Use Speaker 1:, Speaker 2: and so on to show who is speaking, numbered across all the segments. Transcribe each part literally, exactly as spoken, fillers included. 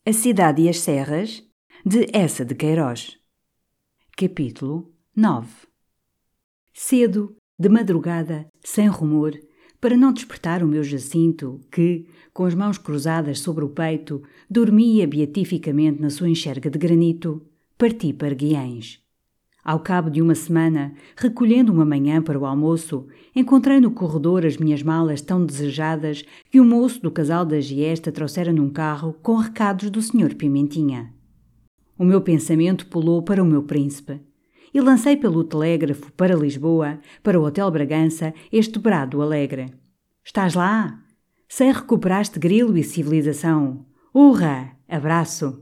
Speaker 1: A Cidade e as Serras, de Eça de Queiroz. Capítulo nove. Cedo, de madrugada, sem rumor, para não despertar o meu Jacinto, que, com as mãos cruzadas sobre o peito, dormia beatificamente na sua enxerga de granito, parti para Guiães. Ao cabo de uma semana, recolhendo uma manhã para o almoço, encontrei no corredor as minhas malas tão desejadas que o moço do casal da Giesta trouxera num carro com recados do senhor Pimentinha. O meu pensamento pulou para o meu príncipe e lancei pelo telégrafo para Lisboa, para o Hotel Bragança, este brado alegre. Estás lá? Sei recuperaste grilo e civilização. Urra! Abraço!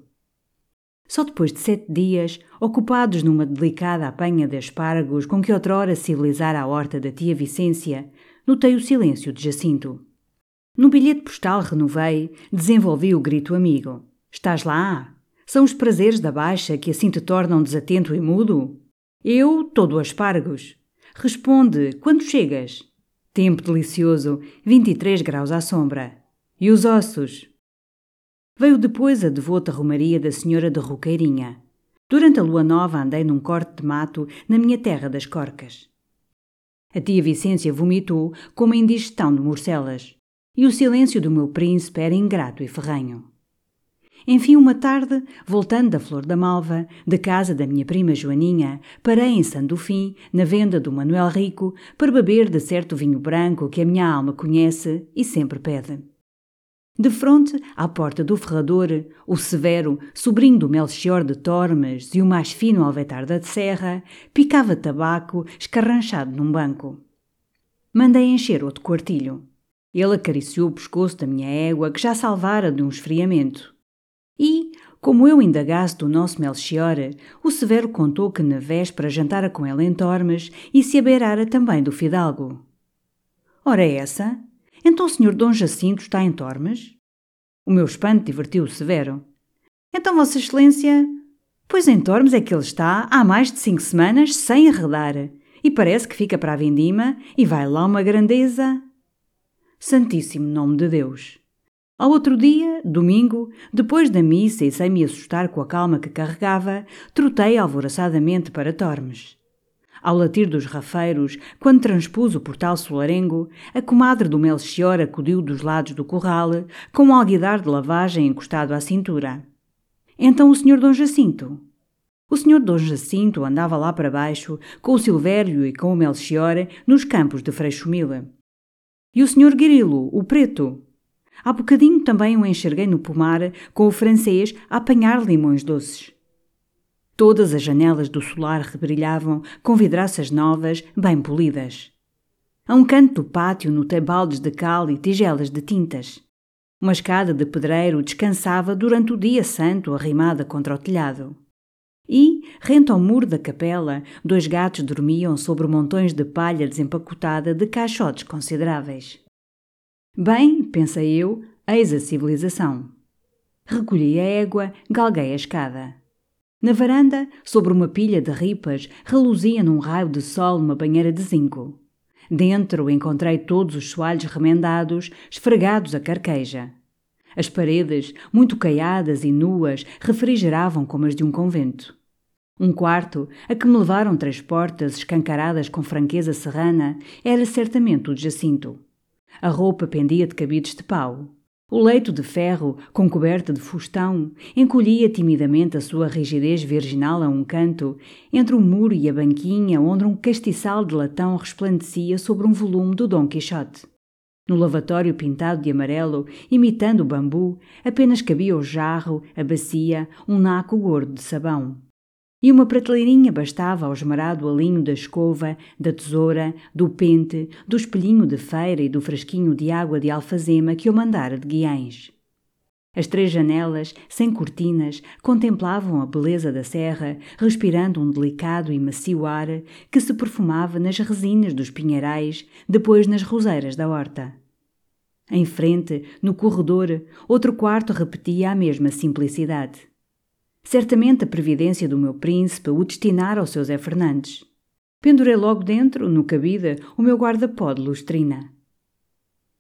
Speaker 1: Só depois de sete dias, ocupados numa delicada apanha de aspargos com que outrora civilizara a horta da tia Vicência, notei o silêncio de Jacinto. No bilhete postal renovei, desenvolvi o grito amigo. Estás lá? São os prazeres da baixa que assim te tornam desatento e mudo? Eu, todo aspargos. Responde, quando chegas? Tempo delicioso, vinte e três graus à sombra. E os ossos? Veio depois a devota romaria da Senhora de Roqueirinha. Durante a lua nova andei num corte de mato na minha terra das Corcas. A tia Vicência vomitou com uma indigestão de morcelas, e o silêncio do meu príncipe era ingrato e ferrenho. Enfim, uma tarde, voltando da Flor da Malva, de casa da minha prima Joaninha, parei em Sandofim, na venda do Manuel Rico, para beber de certo vinho branco que a minha alma conhece e sempre pede. De fronte, à porta do ferrador, o Severo, sobrinho do Melchior de Tormes e o mais fino Alvetar da Serra, picava tabaco escarranchado num banco. Mandei encher outro quartilho. Ele acariciou o pescoço da minha égua, que já salvara de um esfriamento. E, como eu indagasse do nosso Melchior, o Severo contou que na véspera jantara com ele em Tormes e se abeirara também do fidalgo. Ora essa? Então o senhor Dom Jacinto está em Tormes? O meu espanto divertiu o Severo. Então Vossa Excelência... Pois em Tormes é que ele está há mais de cinco semanas sem arredar, e parece que fica para a vindima e vai lá uma grandeza. Santíssimo nome de Deus! Ao outro dia, domingo, depois da missa e sem me assustar com a calma que carregava, trotei alvoroçadamente para Tormes. Ao latir dos rafeiros, quando transpus o portal solarengo, a comadre do Melchior acudiu dos lados do curral, com um alguidar de lavagem encostado à cintura. Então o senhor Dom Jacinto? O senhor Dom Jacinto andava lá para baixo, com o Silvério e com o Melchior, nos campos de Freixo-Mila. E o senhor Grilo, o preto? Há bocadinho também o enxerguei no pomar, com o francês a apanhar limões doces. Todas as janelas do solar rebrilhavam com vidraças novas, bem polidas. A um canto do pátio notei baldes de cal e tigelas de tintas. Uma escada de pedreiro descansava durante o dia santo arrimada contra o telhado. E, rente ao muro da capela, dois gatos dormiam sobre montões de palha desempacotada de caixotes consideráveis. Bem, pensei eu, eis a civilização. Recolhi a égua, galguei a escada. Na varanda, sobre uma pilha de ripas, reluzia num raio de sol uma banheira de zinco. Dentro encontrei todos os soalhos remendados, esfregados a carqueja. As paredes, muito caiadas e nuas, refrigeravam como as de um convento. Um quarto, a que me levaram três portas escancaradas com franqueza serrana, era certamente o de Jacinto. A roupa pendia de cabides de pau. O leito de ferro, com coberta de fustão, encolhia timidamente a sua rigidez virginal a um canto, entre o muro e a banquinha onde um castiçal de latão resplandecia sobre um volume do Dom Quixote. No lavatório pintado de amarelo, imitando o bambu, apenas cabia o jarro, a bacia, um naco gordo de sabão. E uma prateleirinha bastava ao esmerado alinho da escova, da tesoura, do pente, do espelhinho de feira e do frasquinho de água de alfazema que eu mandara de Guiães. As três janelas, sem cortinas, contemplavam a beleza da serra, respirando um delicado e macio ar que se perfumava nas resinas dos pinheirais, depois nas roseiras da horta. Em frente, no corredor, outro quarto repetia a mesma simplicidade. Certamente a previdência do meu príncipe o destinara ao seu Zé Fernandes. Pendurei logo dentro, no cabide, o meu guarda-pó de lustrina.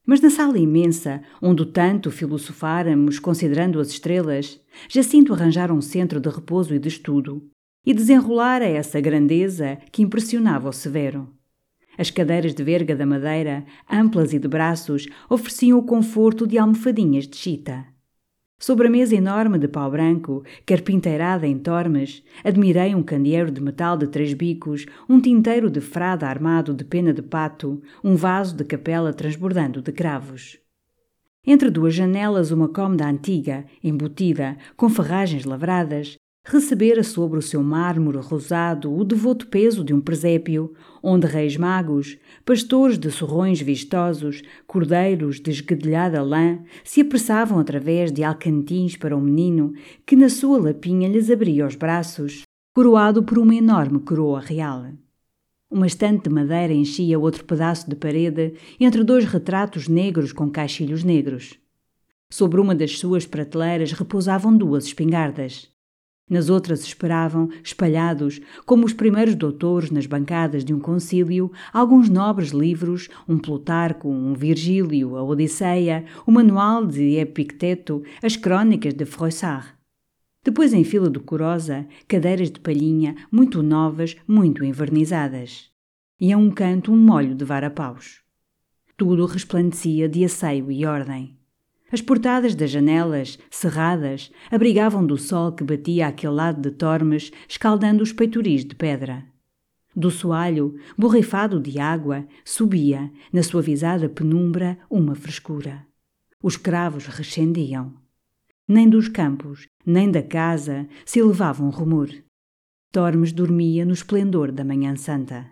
Speaker 1: Mas na sala imensa, onde tanto filosofáramos considerando as estrelas, Jacinto arranjara um centro de repouso e de estudo, e desenrolara essa grandeza que impressionava o severo. As cadeiras de verga da madeira, amplas e de braços, ofereciam o conforto de almofadinhas de chita. Sobre a mesa enorme de pau branco, carpinteirada em tormes, admirei um candeeiro de metal de três bicos, um tinteiro de frada armado de pena de pato, um vaso de capela transbordando de cravos. Entre duas janelas uma cômoda antiga, embutida, com ferragens lavradas, recebera sobre o seu mármore rosado o devoto peso de um presépio, onde reis magos, pastores de sorrões vistosos, cordeiros de esguedelhada lã, se apressavam através de alcantins para o menino, que na sua lapinha lhes abria os braços, coroado por uma enorme coroa real. Uma estante de madeira enchia outro pedaço de parede, entre dois retratos negros com caixilhos negros. Sobre uma das suas prateleiras repousavam duas espingardas. Nas outras esperavam, espalhados, como os primeiros doutores nas bancadas de um concílio, alguns nobres livros, um Plutarco, um Virgílio, a Odisseia, o Manual de Epicteto, as Crônicas de Froissart. Depois, em fila decorosa, cadeiras de palhinha, muito novas, muito envernizadas. E a um canto um molho de varapaus. Tudo resplandecia de asseio e ordem. As portadas das janelas, cerradas, abrigavam do sol que batia àquele lado de Tormes, escaldando os peitoris de pedra. Do soalho, borrifado de água, subia, na suavizada penumbra, uma frescura. Os cravos rescendiam. Nem dos campos, nem da casa, se elevava um rumor. Tormes dormia no esplendor da manhã santa.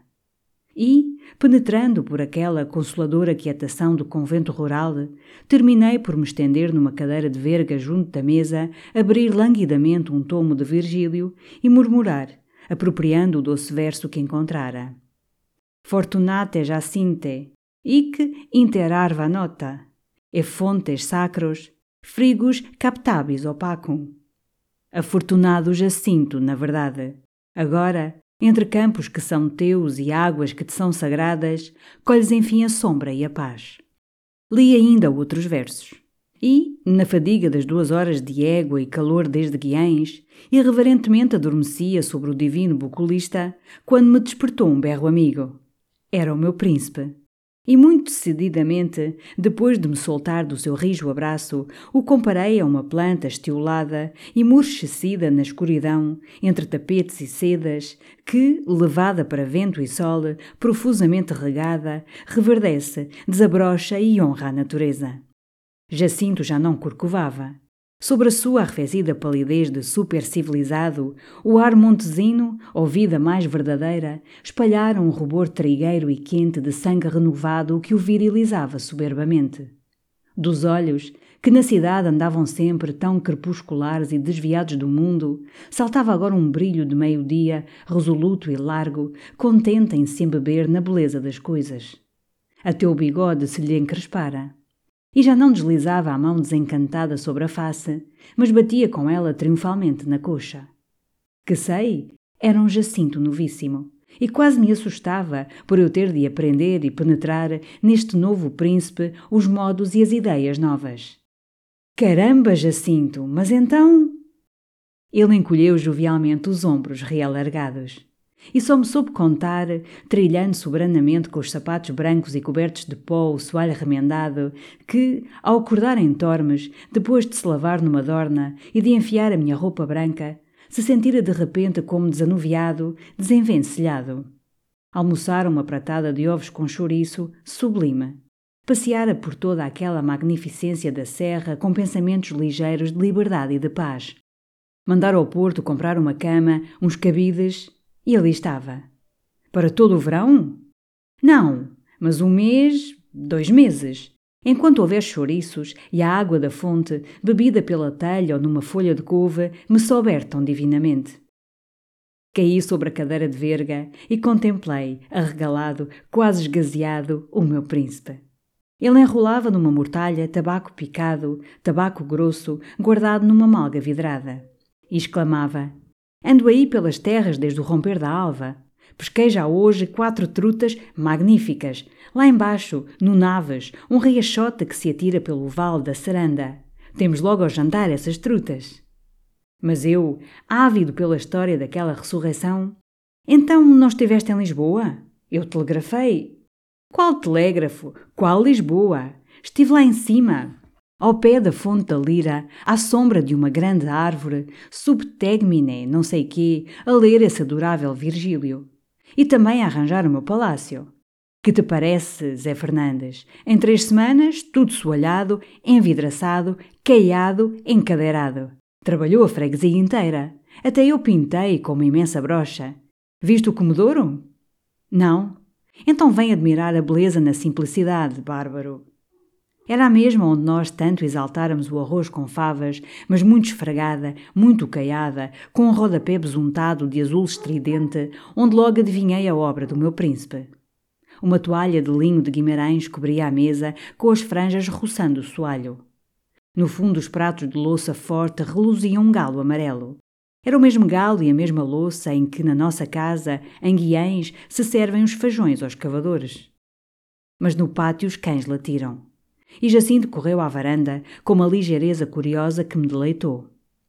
Speaker 1: E, penetrando por aquela consoladora quietação do convento rural, terminei por me estender numa cadeira de verga junto da mesa, abrir languidamente um tomo de Virgílio e murmurar, apropriando o doce verso que encontrara. Fortunate Jacinte, hic inter arva nota, e fontes sacros, frigos captabis opacum. Afortunado Jacinto, na verdade. Agora, entre campos que são teus e águas que te são sagradas, colhes enfim a sombra e a paz. Li ainda outros versos. E, na fadiga das duas horas de égua e calor desde Guiães, irreverentemente adormecia sobre o divino bucolista, quando me despertou um berro amigo. Era o meu príncipe. E muito decididamente, depois de me soltar do seu rijo abraço, o comparei a uma planta estiolada e murchecida na escuridão, entre tapetes e sedas, que, levada para vento e sol, profusamente regada, reverdece, desabrocha e honra a natureza. Jacinto já não corcovava. Sobre a sua arrefecida palidez de super-civilizado, o ar montesino, ou vida mais verdadeira, espalhara um rubor trigueiro e quente de sangue renovado que o virilizava soberbamente. Dos olhos, que na cidade andavam sempre tão crepusculares e desviados do mundo, saltava agora um brilho de meio-dia, resoluto e largo, contente em se embeber na beleza das coisas. Até o bigode se lhe encrespara. E já não deslizava a mão desencantada sobre a face, mas batia com ela triunfalmente na coxa. Que sei, era um Jacinto novíssimo, e quase me assustava por eu ter de aprender e penetrar neste novo príncipe os modos e as ideias novas. Caramba, Jacinto, mas então... Ele encolheu jovialmente os ombros realargados. E só me soube contar, trilhando soberanamente com os sapatos brancos e cobertos de pó o soalho remendado, que, ao acordar em Tormes, depois de se lavar numa dorna e de enfiar a minha roupa branca, se sentira de repente como desanuviado, desenvencilhado. Almoçara uma pratada de ovos com chouriço, sublime. Passeara por toda aquela magnificência da serra com pensamentos ligeiros de liberdade e de paz. Mandara ao Porto comprar uma cama, uns cabides... E ali estava. Para todo o verão? Não, mas um mês, dois meses. Enquanto houver chouriços e a água da fonte, bebida pela telha ou numa folha de couve, me souber tão divinamente. Caí sobre a cadeira de verga e contemplei, arregalado, quase esgazeado, o meu príncipe. Ele enrolava numa mortalha tabaco picado, tabaco grosso, guardado numa malga vidrada. E exclamava... Ando aí pelas terras desde o romper da alva. Pesquei já hoje quatro trutas magníficas. Lá embaixo, no Naves, um riachote que se atira pelo vale da Saranda. Temos logo ao jantar essas trutas. Mas eu, ávido pela história daquela ressurreição... Então não estiveste em Lisboa? Eu telegrafei. Qual telégrafo? Qual Lisboa? Estive lá em cima, ao pé da fonte da Lira, à sombra de uma grande árvore, sub tegmine, não sei quê, a ler esse adorável Virgílio. E também a arranjar o meu palácio. Que te parece, Zé Fernandes? Em três semanas, tudo soalhado, envidraçado, caiado, encadeirado. Trabalhou a freguesia inteira. Até eu pintei com uma imensa brocha. Viste o comodouro? Não? Então vem admirar a beleza na simplicidade, bárbaro. Era a mesma onde nós tanto exaltáramos o arroz com favas, mas muito esfregada, muito caiada, com um rodapé besuntado de azul estridente, onde logo adivinhei a obra do meu príncipe. Uma toalha de linho de Guimarães cobria a mesa, com as franjas roçando o soalho. No fundo dos pratos de louça forte reluzia um galo amarelo. Era o mesmo galo e a mesma louça em que, na nossa casa, em Guiães, se servem os feijões aos cavadores. Mas no pátio os cães latiram. E Jacinto correu à varanda, com uma ligeireza curiosa que me deleitou.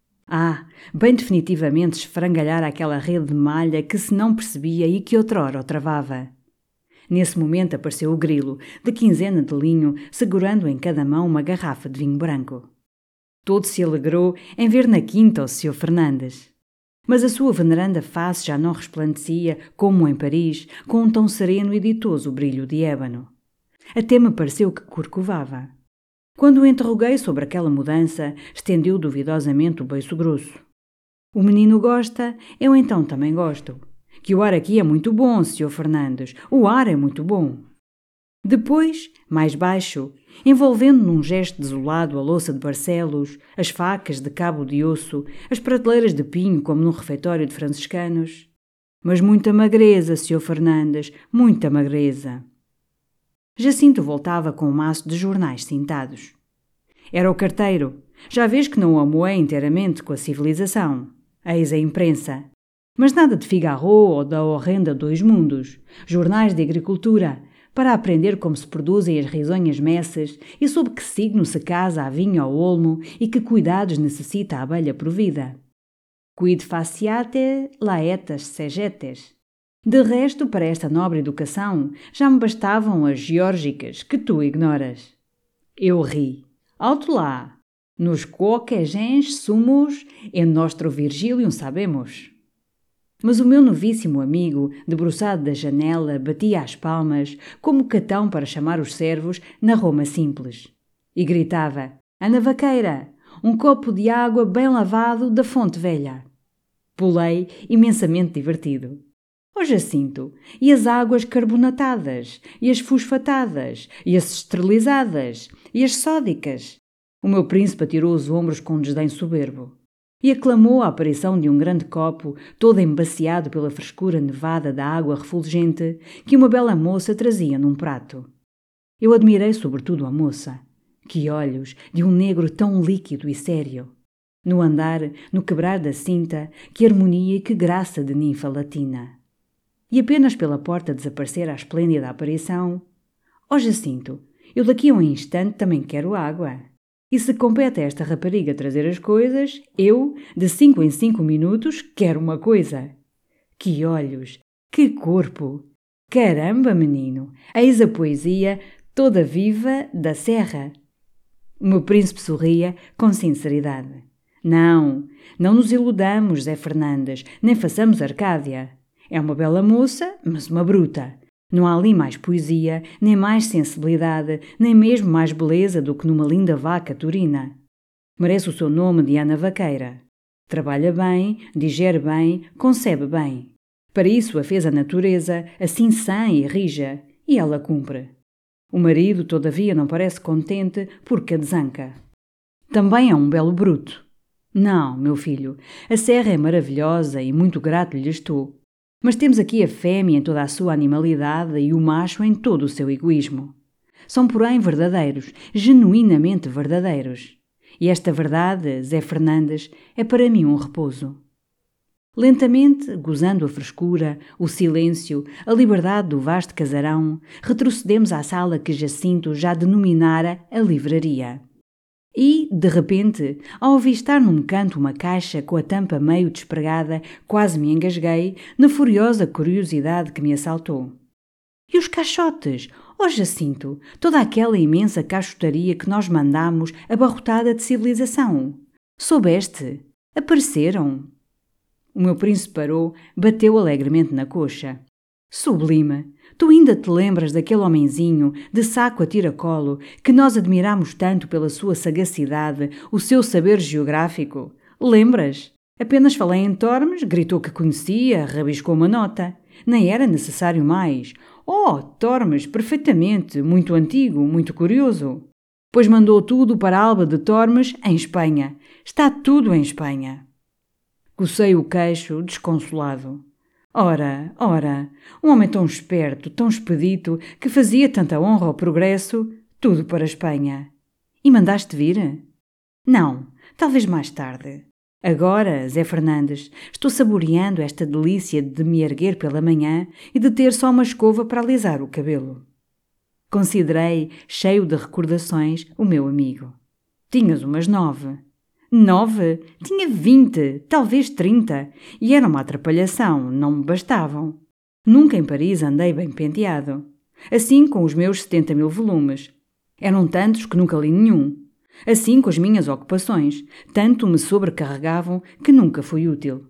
Speaker 1: Ah, bem definitivamente esfrangalhar aquela rede de malha que se não percebia e que outrora o travava. Nesse momento apareceu o grilo, de quinzena de linho, segurando em cada mão uma garrafa de vinho branco. Todo se alegrou em ver na quinta o senhor Fernandes. Mas a sua veneranda face já não resplandecia, como em Paris, com um tom sereno e ditoso brilho de ébano. Até me pareceu que corcovava. Quando o interroguei sobre aquela mudança, estendeu duvidosamente o beiço grosso. O menino gosta, eu então também gosto. Que o ar aqui é muito bom, senhor Fernandes, o ar é muito bom. Depois, mais baixo, envolvendo num gesto desolado a louça de Barcelos, as facas de cabo de osso, as prateleiras de pinho como num refeitório de franciscanos. Mas muita magreza, senhor Fernandes, muita magreza. Jacinto voltava com um maço de jornais cintados. Era o carteiro. Já vês que não o amoei inteiramente com a civilização. Eis a imprensa. Mas nada de Figaro ou da horrenda Dois Mundos. Jornais de agricultura, para aprender como se produzem as risonhas messas e sob que signo se casa a vinho ao olmo e que cuidados necessita a abelha provida. Quid faciate laetas segetes. De resto, para esta nobre educação, já me bastavam as geórgicas, que tu ignoras. Eu ri. Alto lá! Nos quoque gens sumos en nostro Virgilium sabemos. Mas o meu novíssimo amigo, debruçado da janela, batia as palmas, como Catão para chamar os servos, na Roma simples. E gritava, Ana Vaqueira, um copo de água bem lavado da fonte velha. Pulei, imensamente divertido. Ó Jacinto, e as águas carbonatadas, e as fosfatadas, e as esterilizadas, e as sódicas? O meu príncipe atirou os ombros com um desdém soberbo e aclamou a aparição de um grande copo, todo embaciado pela frescura nevada da água refulgente que uma bela moça trazia num prato. Eu admirei sobretudo a moça. Que olhos de um negro tão líquido e sério! No andar, no quebrar da cinta, que harmonia e que graça de ninfa latina! E apenas pela porta desaparecer a esplêndida aparição. Ó Jacinto, eu daqui a um instante também quero água. E se compete a esta rapariga trazer as coisas, eu, de cinco em cinco minutos, quero uma coisa. Que olhos! Que corpo! Caramba, menino! Eis a poesia toda viva da serra. O meu príncipe sorria com sinceridade. Não, não nos iludamos, Zé Fernandes, nem façamos Arcádia. É uma bela moça, mas uma bruta. Não há ali mais poesia, nem mais sensibilidade, nem mesmo mais beleza do que numa linda vaca turina. Merece o seu nome de Ana Vaqueira. Trabalha bem, digere bem, concebe bem. Para isso a fez a natureza, assim sã e rija, e ela cumpre. O marido, todavia, não parece contente porque a desanca. Também é um belo bruto. Não, meu filho, a serra é maravilhosa e muito grato lhe estou. Mas temos aqui a fêmea em toda a sua animalidade e o macho em todo o seu egoísmo. São, porém, verdadeiros, genuinamente verdadeiros. E esta verdade, Zé Fernandes, é para mim um repouso. Lentamente, gozando a frescura, o silêncio, a liberdade do vasto casarão, retrocedemos à sala que Jacinto já denominara a livraria. E, de repente, ao avistar num canto uma caixa com a tampa meio despregada, quase me engasguei na furiosa curiosidade que me assaltou. E os caixotes? Oh, Jacinto, toda aquela imensa caixotaria que nós mandámos abarrotada de civilização. Soubeste? Apareceram. O meu príncipe parou, bateu alegremente na coxa. Sublime! Tu ainda te lembras daquele homenzinho, de saco a tiracolo, que nós admirámos tanto pela sua sagacidade, o seu saber geográfico? Lembras? Apenas falei em Tormes, gritou que conhecia, rabiscou uma nota. Nem era necessário mais. Oh, Tormes, perfeitamente, muito antigo, muito curioso. Pois mandou tudo para a Alba de Tormes, em Espanha. Está tudo em Espanha. Cocei o queixo, desconsolado. Ora, ora, um homem tão esperto, tão expedito, que fazia tanta honra ao progresso, tudo para a Espanha. E mandaste vir? Não, talvez mais tarde. Agora, Zé Fernandes, estou saboreando esta delícia de me erguer pela manhã e de ter só uma escova para alisar o cabelo. Considerei, cheio de recordações, o meu amigo. Tinhas umas nove. Nove? Tinha vinte, talvez trinta, e era uma atrapalhação, não me bastavam. Nunca em Paris andei bem penteado. Assim com os meus setenta mil volumes. Eram tantos que nunca li nenhum. Assim com as minhas ocupações, tanto me sobrecarregavam que nunca fui útil.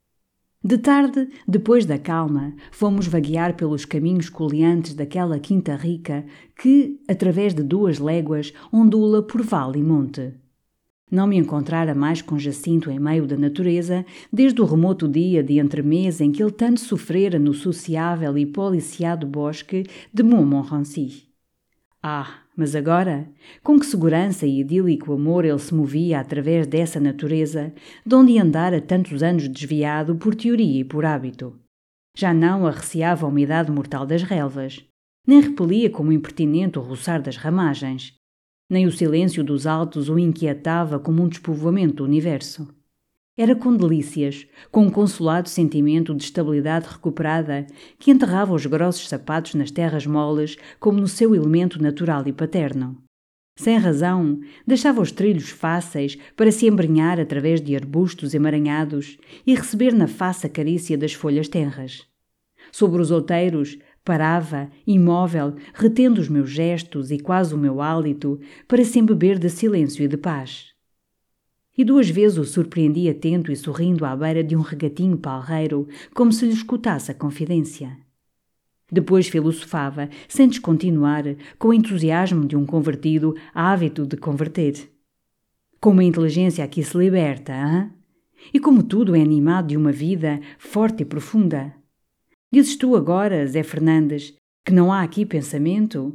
Speaker 1: De tarde, depois da calma, fomos vaguear pelos caminhos coleantes daquela quinta rica que, através de duas léguas, ondula por vale e monte. Não me encontrara mais com Jacinto em meio da natureza, desde o remoto dia de entremesa em que ele tanto sofrera no sociável e policiado bosque de Montmorency. Ah, mas agora, com que segurança e idílico amor ele se movia através dessa natureza, de onde andara tantos anos desviado por teoria e por hábito. Já não arreciava a umidade mortal das relvas, nem repelia como impertinente o roçar das ramagens. Nem o silêncio dos altos o inquietava como um despovoamento do universo. Era com delícias, com um consolado sentimento de estabilidade recuperada, que enterrava os grossos sapatos nas terras moles como no seu elemento natural e paterno. Sem razão, deixava os trilhos fáceis para se embrenhar através de arbustos emaranhados e receber na face a carícia das folhas tenras. Sobre os outeiros, parava, imóvel, retendo os meus gestos e quase o meu hálito, para se embeber de silêncio e de paz. E duas vezes o surpreendi atento e sorrindo à beira de um regatinho palreiro, como se lhe escutasse a confidência. Depois filosofava, sem descontinuar, com o entusiasmo de um convertido ávido de converter. Com uma inteligência aqui se liberta, hein? E como tudo é animado de uma vida forte e profunda. Dizes tu agora, Zé Fernandes, que não há aqui pensamento?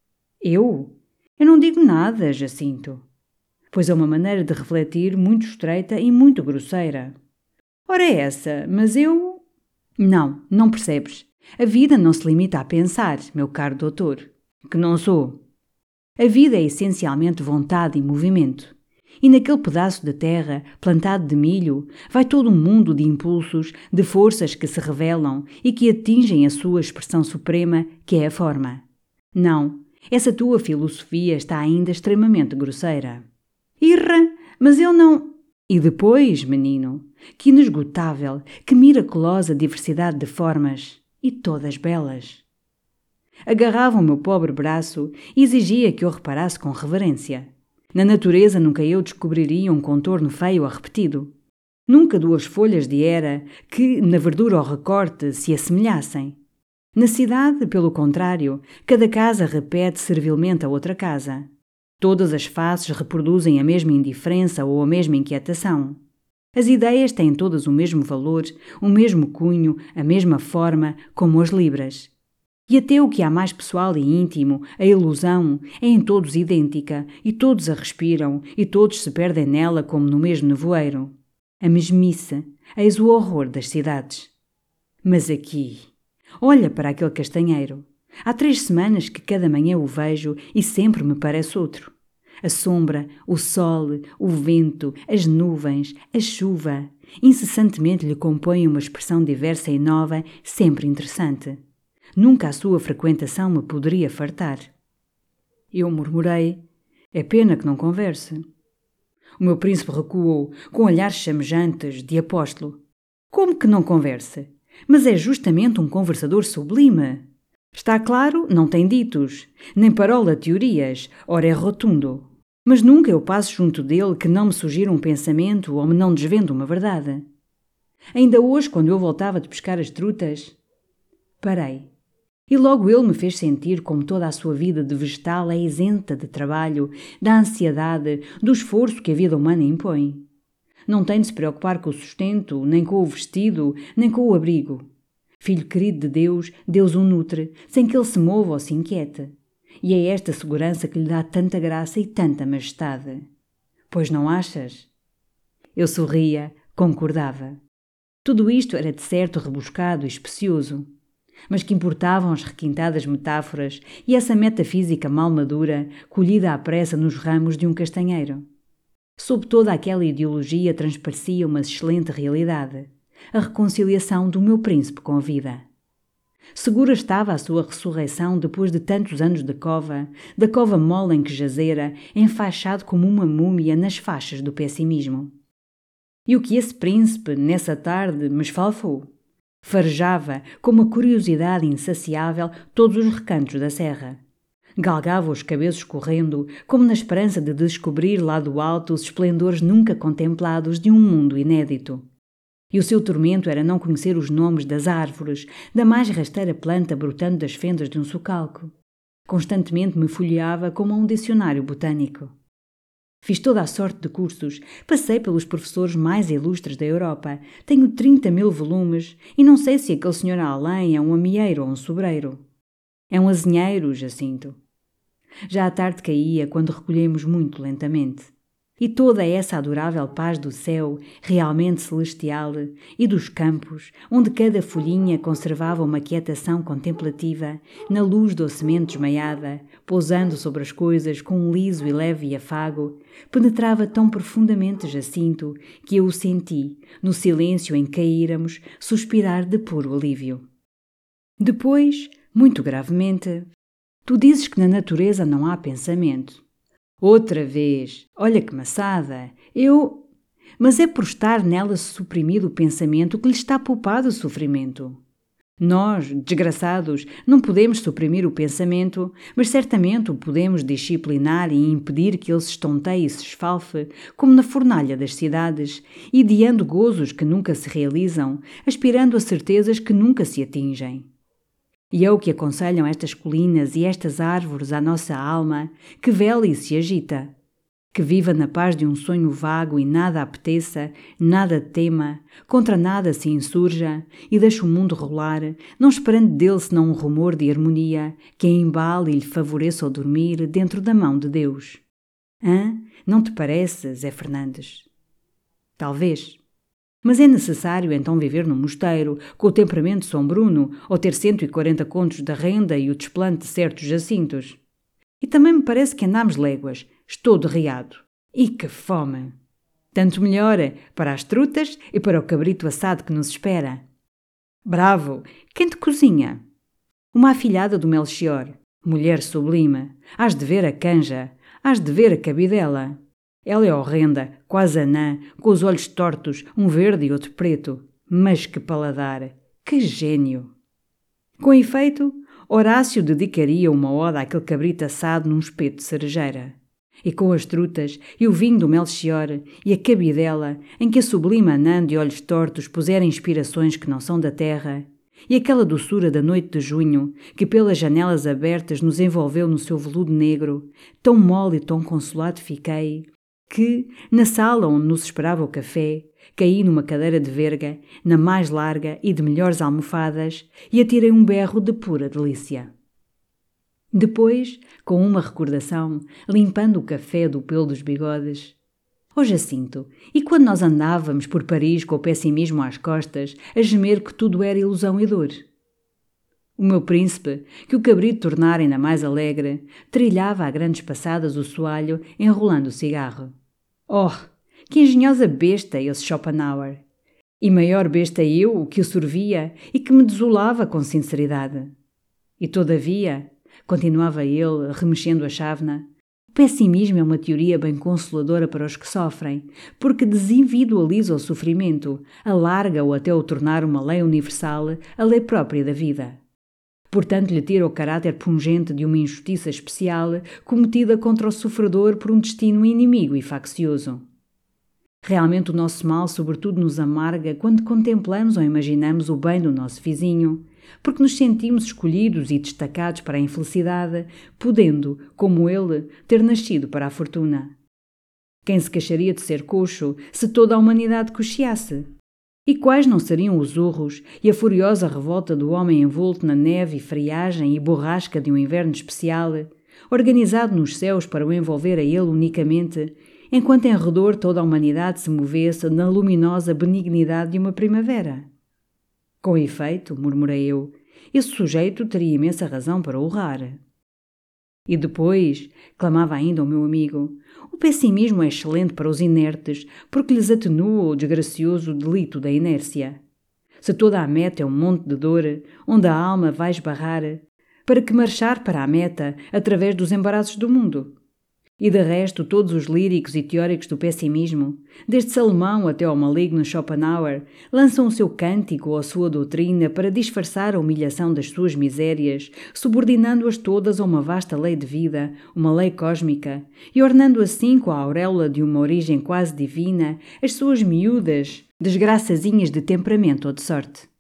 Speaker 1: Eu? Eu não digo nada, Jacinto. Pois é uma maneira de refletir muito estreita e muito grosseira. Ora é essa, mas eu... Não, não percebes. A vida não se limita a pensar, meu caro doutor, que não sou. A vida é essencialmente vontade e movimento. E naquele pedaço de terra, plantado de milho, vai todo um mundo de impulsos, de forças que se revelam e que atingem a sua expressão suprema, que é a forma. Não, essa tua filosofia está ainda extremamente grosseira. Irra, mas eu não... E depois, menino, que inesgotável, que miraculosa diversidade de formas, e todas belas. Agarrava o meu pobre braço e exigia que eu reparasse com reverência. Na natureza nunca eu descobriria um contorno feio a repetido. Nunca duas folhas de era que, na verdura ou recorte, se assemelhassem. Na cidade, pelo contrário, cada casa repete servilmente a outra casa. Todas as faces reproduzem a mesma indiferença ou a mesma inquietação. As ideias têm todas o mesmo valor, o mesmo cunho, a mesma forma, como as libras. E até o que há mais pessoal e íntimo, a ilusão, é em todos idêntica, e todos a respiram, e todos se perdem nela como no mesmo nevoeiro. A mesmice, eis o horror das cidades. Mas aqui, olha para aquele castanheiro. Há três semanas que cada manhã o vejo e sempre me parece outro. A sombra, o sol, o vento, as nuvens, a chuva, incessantemente lhe compõem uma expressão diversa e nova, sempre interessante. Nunca a sua frequentação me poderia fartar. Eu murmurei, é pena que não converse. O meu príncipe recuou, com olhares chamejantes, de apóstolo. Como que não conversa? Mas é justamente um conversador sublime. Está claro, não tem ditos, nem parola teorias, ora é rotundo. Mas nunca eu passo junto dele que não me sugira um pensamento ou me não desvendo uma verdade. Ainda hoje, quando eu voltava de pescar as trutas, parei. E logo ele me fez sentir como toda a sua vida de vegetal é isenta de trabalho, da ansiedade, do esforço que a vida humana impõe. Não tem de se preocupar com o sustento, nem com o vestido, nem com o abrigo. Filho querido de Deus, Deus o nutre, sem que ele se mova ou se inquiete. E é esta segurança que lhe dá tanta graça e tanta majestade. Pois não achas? Eu sorria, concordava. Tudo isto era de certo rebuscado e especioso. Mas que importavam as requintadas metáforas e essa metafísica mal madura, colhida à pressa nos ramos de um castanheiro? Sob toda aquela ideologia transparecia uma excelente realidade, a reconciliação do meu príncipe com a vida. Segura estava a sua ressurreição depois de tantos anos de cova, da cova mole em que jazera, enfaixado como uma múmia nas faixas do pessimismo. E o que esse príncipe, nessa tarde, me esfalfou? Farejava, com uma curiosidade insaciável, todos os recantos da serra. Galgava os cabeços correndo, como na esperança de descobrir lá do alto os esplendores nunca contemplados de um mundo inédito. E o seu tormento era não conhecer os nomes das árvores, da mais rasteira planta brotando das fendas de um socalco. Constantemente me folheava como a um dicionário botânico. Fiz toda a sorte de cursos, passei pelos professores mais ilustres da Europa, tenho trinta mil volumes e não sei se aquele senhor além é um amieiro ou um sobreiro. É um azinheiro, Jacinto. Já a tarde caía quando recolhemos muito lentamente. E toda essa adorável paz do céu, realmente celestial, e dos campos, onde cada folhinha conservava uma quietação contemplativa, na luz docemente desmaiada, pousando sobre as coisas com um liso e leve afago, penetrava tão profundamente Jacinto que eu o senti, no silêncio em que caíramos, suspirar de puro alívio. Depois, muito gravemente, tu dizes que na natureza não há pensamento. Outra vez, olha que maçada, eu... Mas é por estar nela suprimido o pensamento que lhe está poupado o sofrimento. Nós, desgraçados, não podemos suprimir o pensamento, mas certamente o podemos disciplinar e impedir que ele se estonteie e se esfalfe, como na fornalha das cidades, ideando gozos que nunca se realizam, aspirando a certezas que nunca se atingem. E é o que aconselham estas colinas e estas árvores à nossa alma, que vela e se agita, que viva na paz de um sonho vago e nada apeteça, nada tema, contra nada se insurja e deixa o mundo rolar, não esperando dele senão um rumor de harmonia que a embale e lhe favoreça o dormir dentro da mão de Deus. Hã? Não te parece, Zé Fernandes? Talvez. Mas é necessário então viver num mosteiro, com o temperamento de São Bruno, ou ter cento e quarenta contos da renda e o desplante de certos jacintos. E também me parece que andamos léguas. Estou derriado. E que fome! Tanto melhor para as trutas e para o cabrito assado que nos espera. Bravo! Quem te cozinha? Uma afilhada do Melchior. Mulher sublime. Hás de ver a canja. Hás de ver a cabidela. Ela é horrenda, quase anã, com os olhos tortos, um verde e outro preto. Mas que paladar! Que gênio! Com efeito, Horácio dedicaria uma oda àquele cabrito assado num espeto de cerejeira. E com as trutas, e o vinho do Melchior, e a cabidela, em que a sublime anã de olhos tortos pusera inspirações que não são da terra, e aquela doçura da noite de junho, que pelas janelas abertas nos envolveu no seu veludo negro, tão mole e tão consolado fiquei, que, na sala onde nos esperava o café, caí numa cadeira de verga, na mais larga e de melhores almofadas, e atirei um berro de pura delícia. Depois, com uma recordação, limpando o café do pelo dos bigodes, ó Jacinto, e quando nós andávamos por Paris com o pessimismo às costas, a gemer que tudo era ilusão e dor? O meu príncipe, que o cabrito tornara ainda mais alegre, trilhava a grandes passadas o soalho, enrolando o cigarro. Oh, que engenhosa besta esse Schopenhauer! E maior besta eu, que o sorvia e que me desolava com sinceridade. E todavia, continuava ele, remexendo a chávena, o pessimismo é uma teoria bem consoladora para os que sofrem, porque desindividualiza o sofrimento, alarga-o até o tornar uma lei universal, a lei própria da vida. Portanto, lhe tira o caráter pungente de uma injustiça especial cometida contra o sofredor por um destino inimigo e faccioso. Realmente o nosso mal sobretudo nos amarga quando contemplamos ou imaginamos o bem do nosso vizinho, porque nos sentimos escolhidos e destacados para a infelicidade, podendo, como ele, ter nascido para a fortuna. Quem se queixaria de ser coxo se toda a humanidade coxeasse? E quais não seriam os urros e a furiosa revolta do homem envolto na neve e friagem e borrasca de um inverno especial, organizado nos céus para o envolver a ele unicamente, enquanto em redor toda a humanidade se movesse na luminosa benignidade de uma primavera? Com efeito, murmurei eu, esse sujeito teria imensa razão para urrar. E depois, clamava ainda o meu amigo, o pessimismo é excelente para os inertes, porque lhes atenua o desgracioso delito da inércia. Se toda a meta é um monte de dor, onde a alma vai esbarrar, para que marchar para a meta através dos embaraços do mundo? E de resto, todos os líricos e teóricos do pessimismo, desde Salomão até ao maligno Schopenhauer, lançam o seu cântico ou a sua doutrina para disfarçar a humilhação das suas misérias, subordinando-as todas a uma vasta lei de vida, uma lei cósmica, e ornando assim com a auréola de uma origem quase divina as suas miúdas desgraçazinhas de temperamento ou de sorte.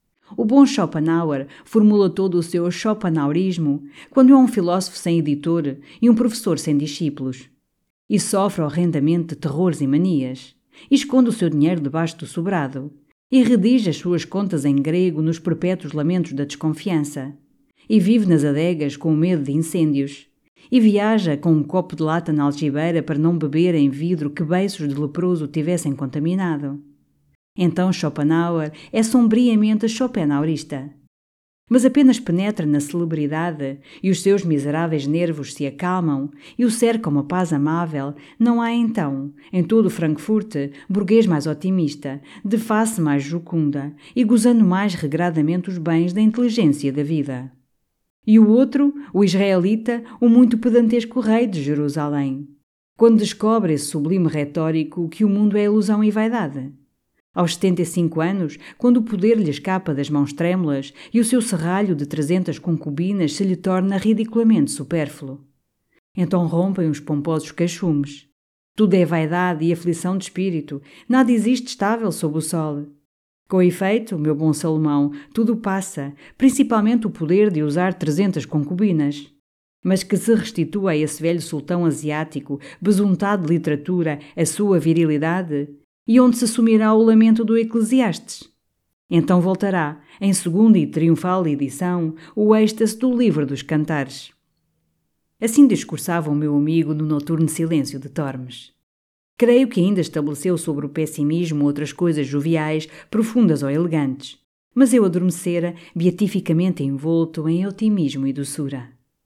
Speaker 1: O bom Schopenhauer formula todo o seu schopenhauerismo quando é um filósofo sem editor e um professor sem discípulos. E sofre horrendamente de terrores e manias. E esconde o seu dinheiro debaixo do sobrado. E redige as suas contas em grego nos perpétuos lamentos da desconfiança. E vive nas adegas com o medo de incêndios. E viaja com um copo de lata na algibeira para não beber em vidro que beiços de leproso tivessem contaminado. Então Schopenhauer é sombriamente schopenhauerista. Mas apenas penetra na celebridade e os seus miseráveis nervos se acalmam e o cerca uma paz amável, não há então, em todo Frankfurt, burguês mais otimista, de face mais jucunda e gozando mais regradamente os bens da inteligência da vida. E o outro, o israelita, o muito pedantesco rei de Jerusalém, quando descobre esse sublime retórico que o mundo é ilusão e vaidade. Aos setenta e cinco anos, quando o poder lhe escapa das mãos trêmulas e o seu serralho de trezentas concubinas se lhe torna ridiculamente supérfluo. Então rompem os pomposos queixumes. Tudo é vaidade e aflição de espírito, nada existe estável sob o sol. Com efeito, meu bom Salomão, tudo passa, principalmente o poder de usar trezentas concubinas. Mas que se restitua a esse velho sultão asiático, besuntado de literatura, a sua virilidade, e onde se assumirá o lamento do Eclesiastes. Então voltará, em segunda e triunfal edição, o êxtase do livro dos cantares. Assim discursava o meu amigo no noturno silêncio de Tormes. Creio que ainda estabeleceu sobre o pessimismo outras coisas joviais, profundas ou elegantes, mas eu adormecera, beatificamente envolto em otimismo e doçura.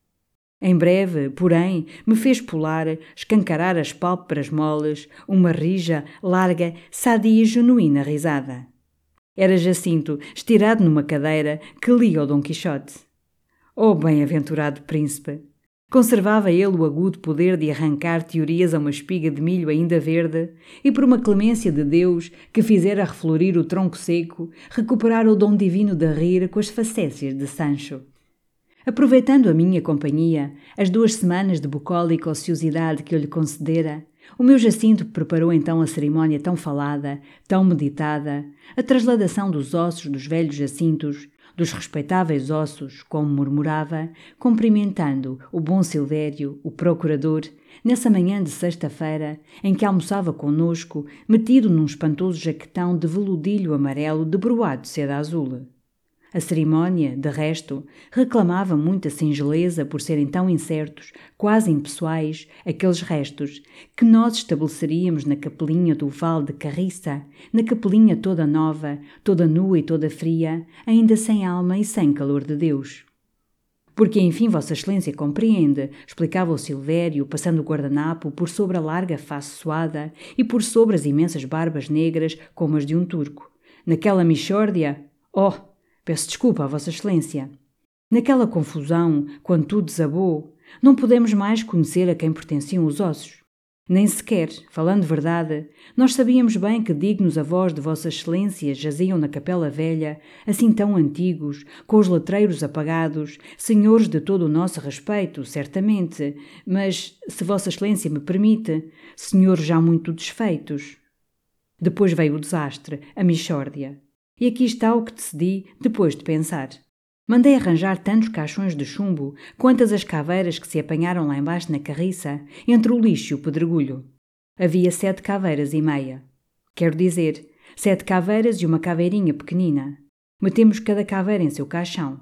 Speaker 1: Em breve, porém, me fez pular, escancarar as pálpebras moles, uma rija, larga, sadia e genuína risada. Era Jacinto, estirado numa cadeira, que lia o Dom Quixote. Oh, bem-aventurado príncipe! Conservava ele o agudo poder de arrancar teorias a uma espiga de milho ainda verde e, por uma clemência de Deus que fizera reflorir o tronco seco, recuperar o dom divino de rir com as facécias de Sancho. Aproveitando a minha companhia, as duas semanas de bucólica ociosidade que eu lhe concedera, o meu Jacinto preparou então a cerimónia tão falada, tão meditada, a trasladação dos ossos dos velhos Jacintos, dos respeitáveis ossos, como murmurava, cumprimentando o bom Silvério, o procurador, nessa manhã de sexta-feira, em que almoçava conosco, metido num espantoso jaquetão de veludilho amarelo debruado de seda azul. A cerimónia, de resto, reclamava muita singeleza por serem tão incertos, quase impessoais, aqueles restos que nós estabeleceríamos na capelinha do Vale de Carriça, na capelinha toda nova, toda nua e toda fria, ainda sem alma e sem calor de Deus. Porque, enfim, Vossa Excelência compreende, explicava o Silvério, passando o guardanapo por sobre a larga face suada e por sobre as imensas barbas negras como as de um turco. Naquela mixórdia, oh, peço desculpa a Vossa Excelência. Naquela confusão, quando tudo desabou, não podemos mais conhecer a quem pertenciam os ossos. Nem sequer, falando verdade, nós sabíamos bem que dignos avós de Vossa Excelência jaziam na Capela Velha, assim tão antigos, com os letreiros apagados, senhores de todo o nosso respeito, certamente, mas, se Vossa Excelência me permite, senhores já muito desfeitos. Depois veio o desastre, a mixórdia. E aqui está o que decidi depois de pensar. Mandei arranjar tantos caixões de chumbo quantas as caveiras que se apanharam lá embaixo na carriça, entre o lixo e o pedregulho. Havia sete caveiras e meia. Quero dizer, sete caveiras e uma caveirinha pequenina. Metemos cada caveira em seu caixão.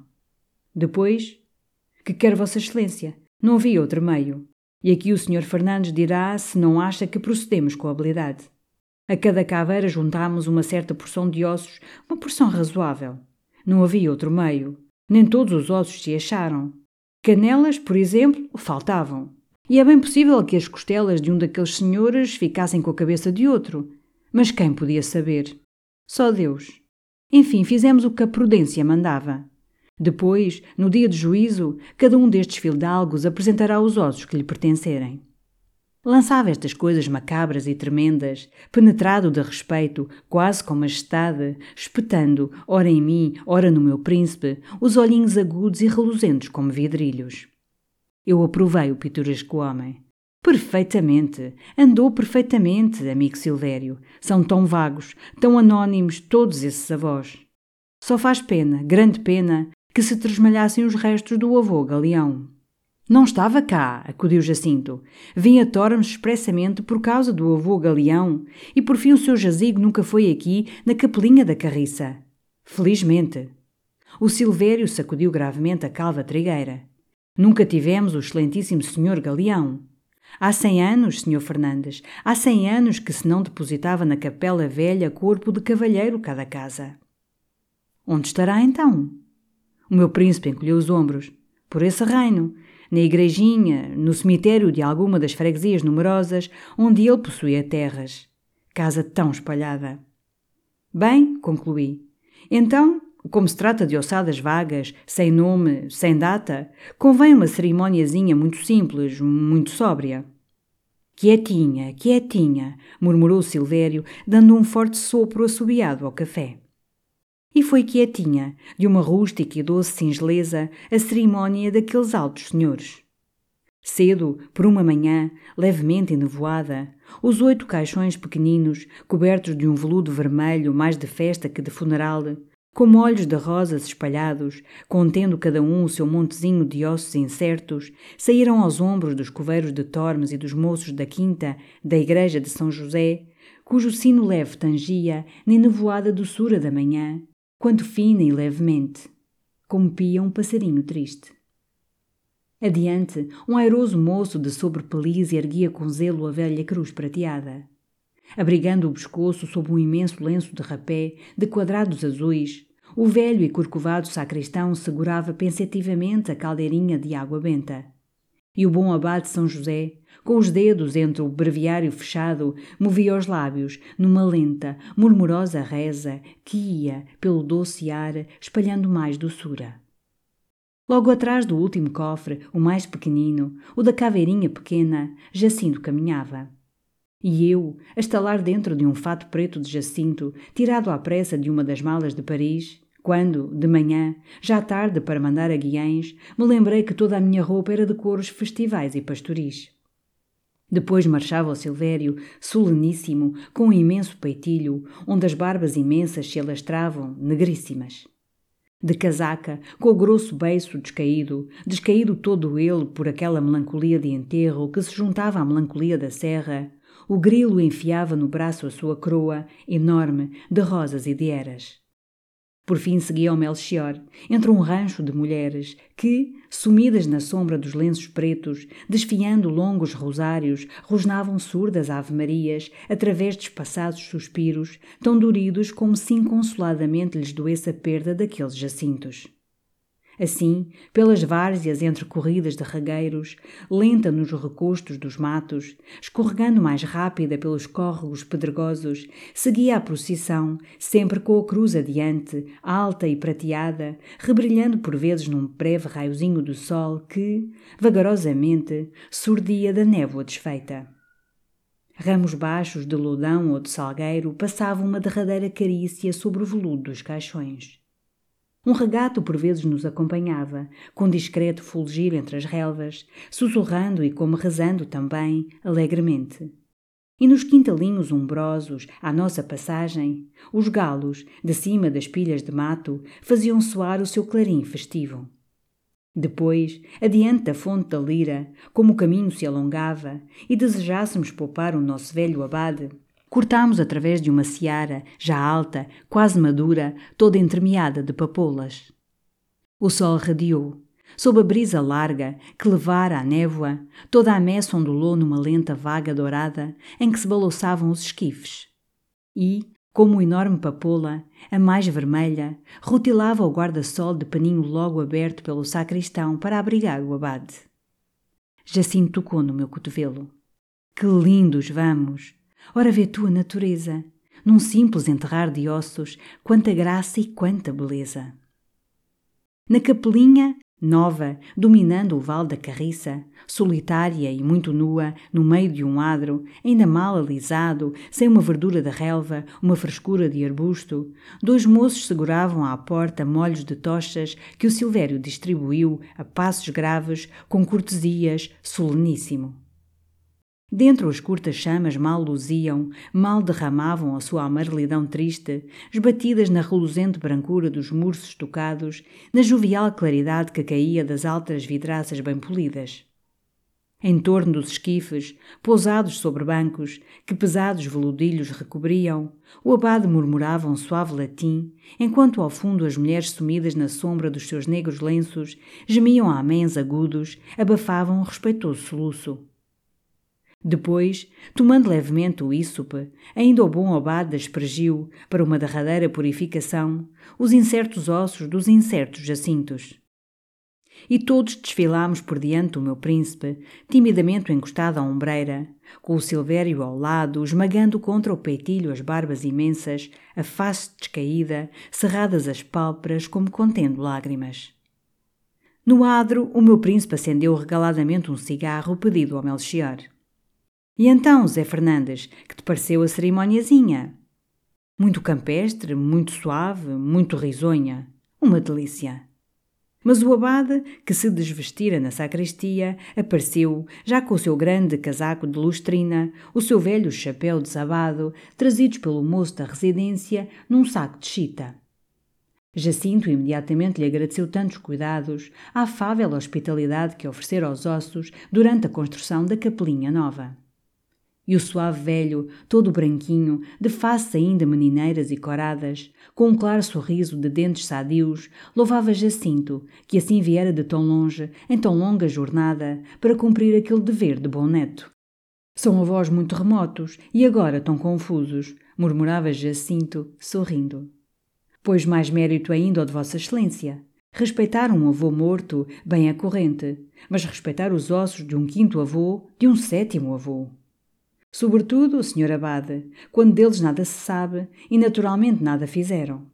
Speaker 1: Depois, que quer Vossa Excelência, não havia outro meio. E aqui o senhor Fernandes dirá se não acha que procedemos com habilidade. A cada caveira juntámos uma certa porção de ossos, uma porção razoável. Não havia outro meio. Nem todos os ossos se acharam. Canelas, por exemplo, faltavam. E é bem possível que as costelas de um daqueles senhores ficassem com a cabeça de outro. Mas quem podia saber? Só Deus. Enfim, fizemos o que a prudência mandava. Depois, no dia de juízo, cada um destes fidalgos apresentará os ossos que lhe pertencerem. Lançava estas coisas macabras e tremendas, penetrado de respeito, quase com majestade, espetando, ora em mim, ora no meu príncipe, os olhinhos agudos e reluzentes como vidrilhos. Eu aprovei o pitoresco homem. Perfeitamente, andou perfeitamente, amigo Silvério. São tão vagos, tão anónimos todos esses avós. Só faz pena, grande pena, que se tresmalhassem os restos do avô Galeão. Não estava cá, acudiu Jacinto. Vinha a Tormes expressamente por causa do avô Galeão e por fim o seu jazigo nunca foi aqui na capelinha da carriça. Felizmente. O Silvério sacudiu gravemente a calva trigueira. Nunca tivemos o excelentíssimo senhor Galeão. Há cem anos, senhor Fernandes, há cem anos que se não depositava na Capela Velha corpo de cavalheiro cada casa. Onde estará então? O meu príncipe encolheu os ombros. Por esse reino, na igrejinha, no cemitério de alguma das freguesias numerosas onde ele possuía terras. Casa tão espalhada. Bem, concluí. Então, como se trata de ossadas vagas, sem nome, sem data, convém uma cerimoniazinha muito simples, muito sóbria. Quietinha, quietinha, murmurou Silvério, dando um forte sopro assobiado ao café. E foi quietinha, de uma rústica e doce singeleza, a cerimónia daqueles altos senhores. Cedo, por uma manhã, levemente enevoada, os oito caixões pequeninos, cobertos de um veludo vermelho mais de festa que de funeral, com molhos de rosas espalhados, contendo cada um o seu montezinho de ossos incertos, saíram aos ombros dos coveiros de Tormes e dos moços da quinta da igreja de São José, cujo sino leve tangia na enevoada doçura da manhã, quanto fina e levemente, como pia um passarinho triste. Adiante, um airoso moço de sobrepeliz erguia com zelo a velha cruz prateada. Abrigando o pescoço sob um imenso lenço de rapé de quadrados azuis, o velho e corcovado sacristão segurava pensativamente a caldeirinha de água benta. E o bom abade São José, com os dedos entre o breviário fechado, movia os lábios numa lenta, murmurosa reza que ia, pelo doce ar, espalhando mais doçura. Logo atrás do último cofre, o mais pequenino, o da caveirinha pequena, Jacinto caminhava. E eu, a estalar dentro de um fato preto de Jacinto, tirado à pressa de uma das malas de Paris, quando, de manhã, já tarde para mandar a Guiães, me lembrei que toda a minha roupa era de couros festivais e pastoris. Depois marchava o Silvério, soleníssimo, com um imenso peitilho, onde as barbas imensas se alastravam, negríssimas. De casaca, com o grosso beiço descaído, descaído todo ele por aquela melancolia de enterro que se juntava à melancolia da serra, o grilo enfiava no braço a sua coroa, enorme, de rosas e de eras. Por fim segui ao Melchior, entre um rancho de mulheres que, sumidas na sombra dos lenços pretos, desfiando longos rosários, rosnavam surdas ave-marias através de espaçados suspiros, tão doridos como se inconsoladamente lhes doesse a perda daqueles jacintos. Assim, pelas várzeas entrecorridas de regueiros, lenta nos recostos dos matos, escorregando mais rápida pelos córregos pedregosos, seguia a procissão, sempre com a cruz adiante, alta e prateada, rebrilhando por vezes num breve raiozinho do sol que, vagarosamente, surdia da névoa desfeita. Ramos baixos de loudão ou de salgueiro passavam uma derradeira carícia sobre o veludo dos caixões. Um regato por vezes nos acompanhava, com discreto fulgir entre as relvas, sussurrando e como rezando também, alegremente. E nos quintalinhos umbrosos, à nossa passagem, os galos, de cima das pilhas de mato, faziam soar o seu clarim festivo. Depois, adiante da fonte da lira, como o caminho se alongava, e desejássemos poupar o nosso velho abade, cortámos através de uma seara, já alta, quase madura, toda entremeada de papoulas. O sol radiou, sob a brisa larga que levara a névoa, toda a messe ondulou numa lenta vaga dourada em que se balouçavam os esquifes. E, como uma enorme papoula, a mais vermelha, rutilava o guarda-sol de paninho logo aberto pelo sacristão para abrigar o abade. Jacinto tocou no meu cotovelo. Que lindos vamos! Ora vê tu a natureza, num simples enterrar de ossos, quanta graça e quanta beleza. Na capelinha, nova, dominando o vale da carriça, solitária e muito nua, no meio de um adro, ainda mal alisado, sem uma verdura de relva, uma frescura de arbusto, dois moços seguravam à porta molhos de tochas que o Silvério distribuiu, a passos graves, com cortesias, soleníssimo. Dentro as curtas chamas mal luziam, mal derramavam a sua amarelidão triste, esbatidas na reluzente brancura dos muros estocados, na jovial claridade que caía das altas vidraças bem polidas. Em torno dos esquifes, pousados sobre bancos, que pesados veludilhos recobriam, o abade murmurava um suave latim, enquanto ao fundo as mulheres sumidas na sombra dos seus negros lenços gemiam améns agudos, abafavam um respeitoso soluço. Depois, tomando levemente o ísope, ainda o bom abade aspergiu, para uma derradeira purificação, os incertos ossos dos incertos jacintos. E todos desfilámos por diante do meu príncipe, timidamente encostado à ombreira, com o Silvério ao lado, esmagando contra o peitilho as barbas imensas, a face descaída, cerradas as pálpebras como contendo lágrimas. No adro, o meu príncipe acendeu regaladamente um cigarro pedido ao Melchior. E então, Zé Fernandes, que te pareceu a cerimoniazinha? Muito campestre, muito suave, muito risonha. Uma delícia. Mas o abade, que se desvestira na sacristia, apareceu, já com o seu grande casaco de lustrina, o seu velho chapéu desabado, trazidos pelo moço da residência, num saco de chita. Jacinto imediatamente lhe agradeceu tantos cuidados, a afável hospitalidade que oferecera aos ossos durante a construção da capelinha nova. E o suave velho, todo branquinho, de faces ainda menineiras e coradas, com um claro sorriso de dentes sadios, louvava Jacinto, que assim viera de tão longe, em tão longa jornada, para cumprir aquele dever de bom neto. São avós muito remotos e agora tão confusos, murmurava Jacinto, sorrindo. Pois mais mérito ainda ao de Vossa Excelência. Respeitar um avô morto, bem é corrente, mas respeitar os ossos de um quinto avô, de um sétimo avô. Sobretudo, o senhor Abade, quando deles nada se sabe e naturalmente nada fizeram.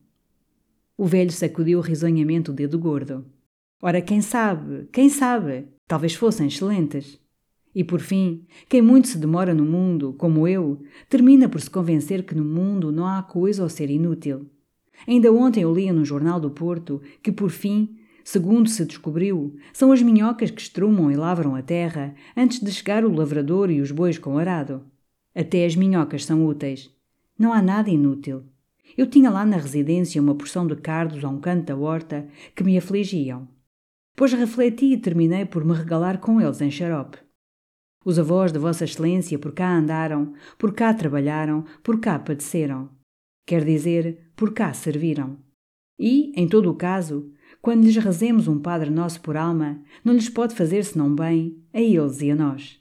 Speaker 1: O velho sacudiu risonhamente o dedo gordo. Ora, quem sabe, quem sabe, talvez fossem excelentes. E por fim, quem muito se demora no mundo, como eu, termina por se convencer que no mundo não há coisa ou ser inútil. Ainda ontem eu lia no Jornal do Porto que, por fim, segundo se descobriu, são as minhocas que estrumam e lavram a terra antes de chegar o lavrador e os bois com arado. Até as minhocas são úteis. Não há nada inútil. Eu tinha lá na residência uma porção de cardos a um canto da horta que me afligiam. Pois refleti e terminei por me regalar com eles em xarope. Os avós de Vossa Excelência por cá andaram, por cá trabalharam, por cá padeceram. Quer dizer, por cá serviram. E, em todo o caso, quando lhes rezemos um Padre Nosso por alma, não lhes pode fazer senão bem a eles e a nós.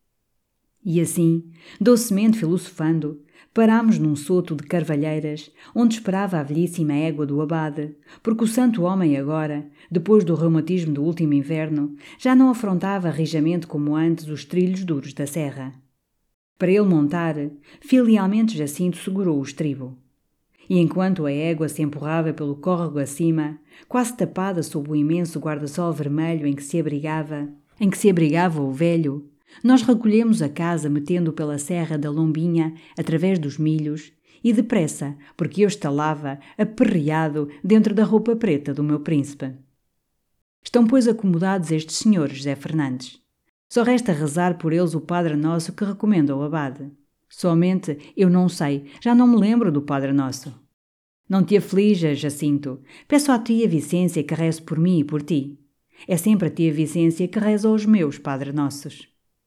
Speaker 1: E assim, docemente filosofando, parámos num soto de carvalheiras, onde esperava a velhíssima égua do abade, porque o santo homem agora, depois do reumatismo do último inverno, já não afrontava rijamente como antes os trilhos duros da serra. Para ele montar, filialmente Jacinto segurou o estribo. E enquanto a égua se empurrava pelo córrego acima, quase tapada sob o imenso guarda-sol vermelho em que se abrigava, em que se abrigava o velho, nós recolhemos a casa metendo pela serra da lombinha através dos milhos e depressa, porque eu estalava, aperreado, dentro da roupa preta do meu príncipe. Estão, pois, acomodados estes senhores, José Fernandes. Só resta rezar por eles o Padre Nosso que recomenda o abade. Somente, eu não sei, já não me lembro do Padre Nosso. Não te aflijas, Jacinto. Peço à tia Vicência que reze por mim e por ti. É sempre a tia Vicência que reza aos meus Padre Nossos.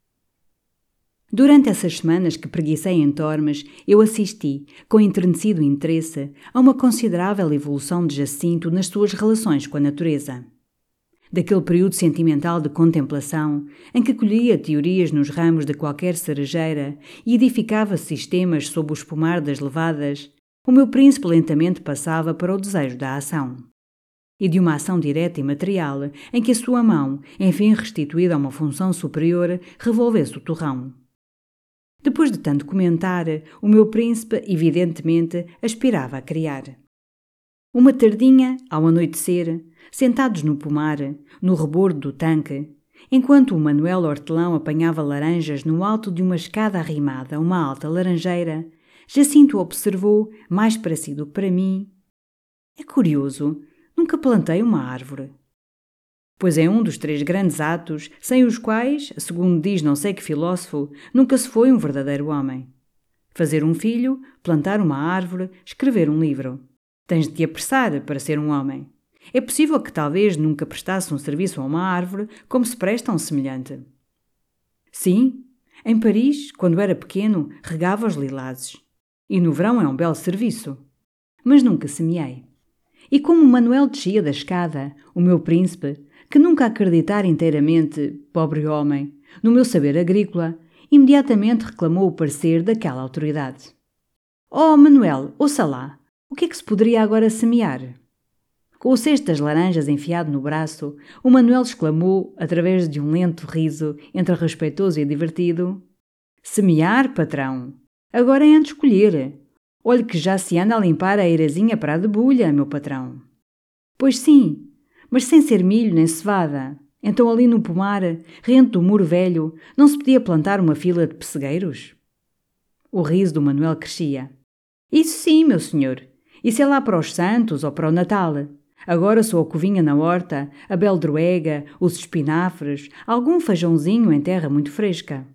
Speaker 1: Durante essas semanas que preguicei em Tormes, eu assisti, com enternecido interesse, a uma considerável evolução de Jacinto nas suas relações com a natureza. Daquele período sentimental de contemplação, em que colhia teorias nos ramos de qualquer cerejeira e edificava sistemas sob o espumar das levadas, o meu príncipe lentamente passava para o desejo da ação. E de uma ação direta e material, em que a sua mão, enfim restituída a uma função superior, revolvesse o torrão. Depois de tanto comentar, o meu príncipe, evidentemente, aspirava a criar. Uma tardinha, ao anoitecer, sentados no pomar, no rebordo do tanque, enquanto o Manuel Hortelão apanhava laranjas no alto de uma escada arrimada a uma alta laranjeira, Jacinto observou, mais para si do que para mim: é curioso, nunca plantei uma árvore. Pois é um dos três grandes atos sem os quais, segundo diz não sei que filósofo, nunca se foi um verdadeiro homem. Fazer um filho, plantar uma árvore, escrever um livro. Tens de te apressar para ser um homem. É possível que talvez nunca prestasse um serviço a uma árvore como se presta a um semelhante. Sim, em Paris, quando era pequeno, regava os lilazes. E no verão é um belo serviço. Mas nunca semeei. E como Manuel descia da escada, o meu príncipe, que nunca acreditara inteiramente, pobre homem, no meu saber agrícola, imediatamente reclamou o parecer daquela autoridade. Oh, Manuel, ouça lá, o que é que se poderia agora semear? Com o cesto das laranjas enfiado no braço, o Manuel exclamou, através de um lento riso, entre respeitoso e divertido: semear, patrão? Agora é antes escolher. Olhe que já se anda a limpar a eirazinha para a debulha, meu patrão. Pois sim, mas sem ser milho nem cevada. Então ali no pomar, rente do muro velho, não se podia plantar uma fila de pessegueiros? O riso do Manuel crescia. Isso sim, meu senhor. Isso é lá para os santos ou para o Natal. Agora só a covinha na horta, a beldroega, os espinafres, algum feijãozinho em terra muito fresca.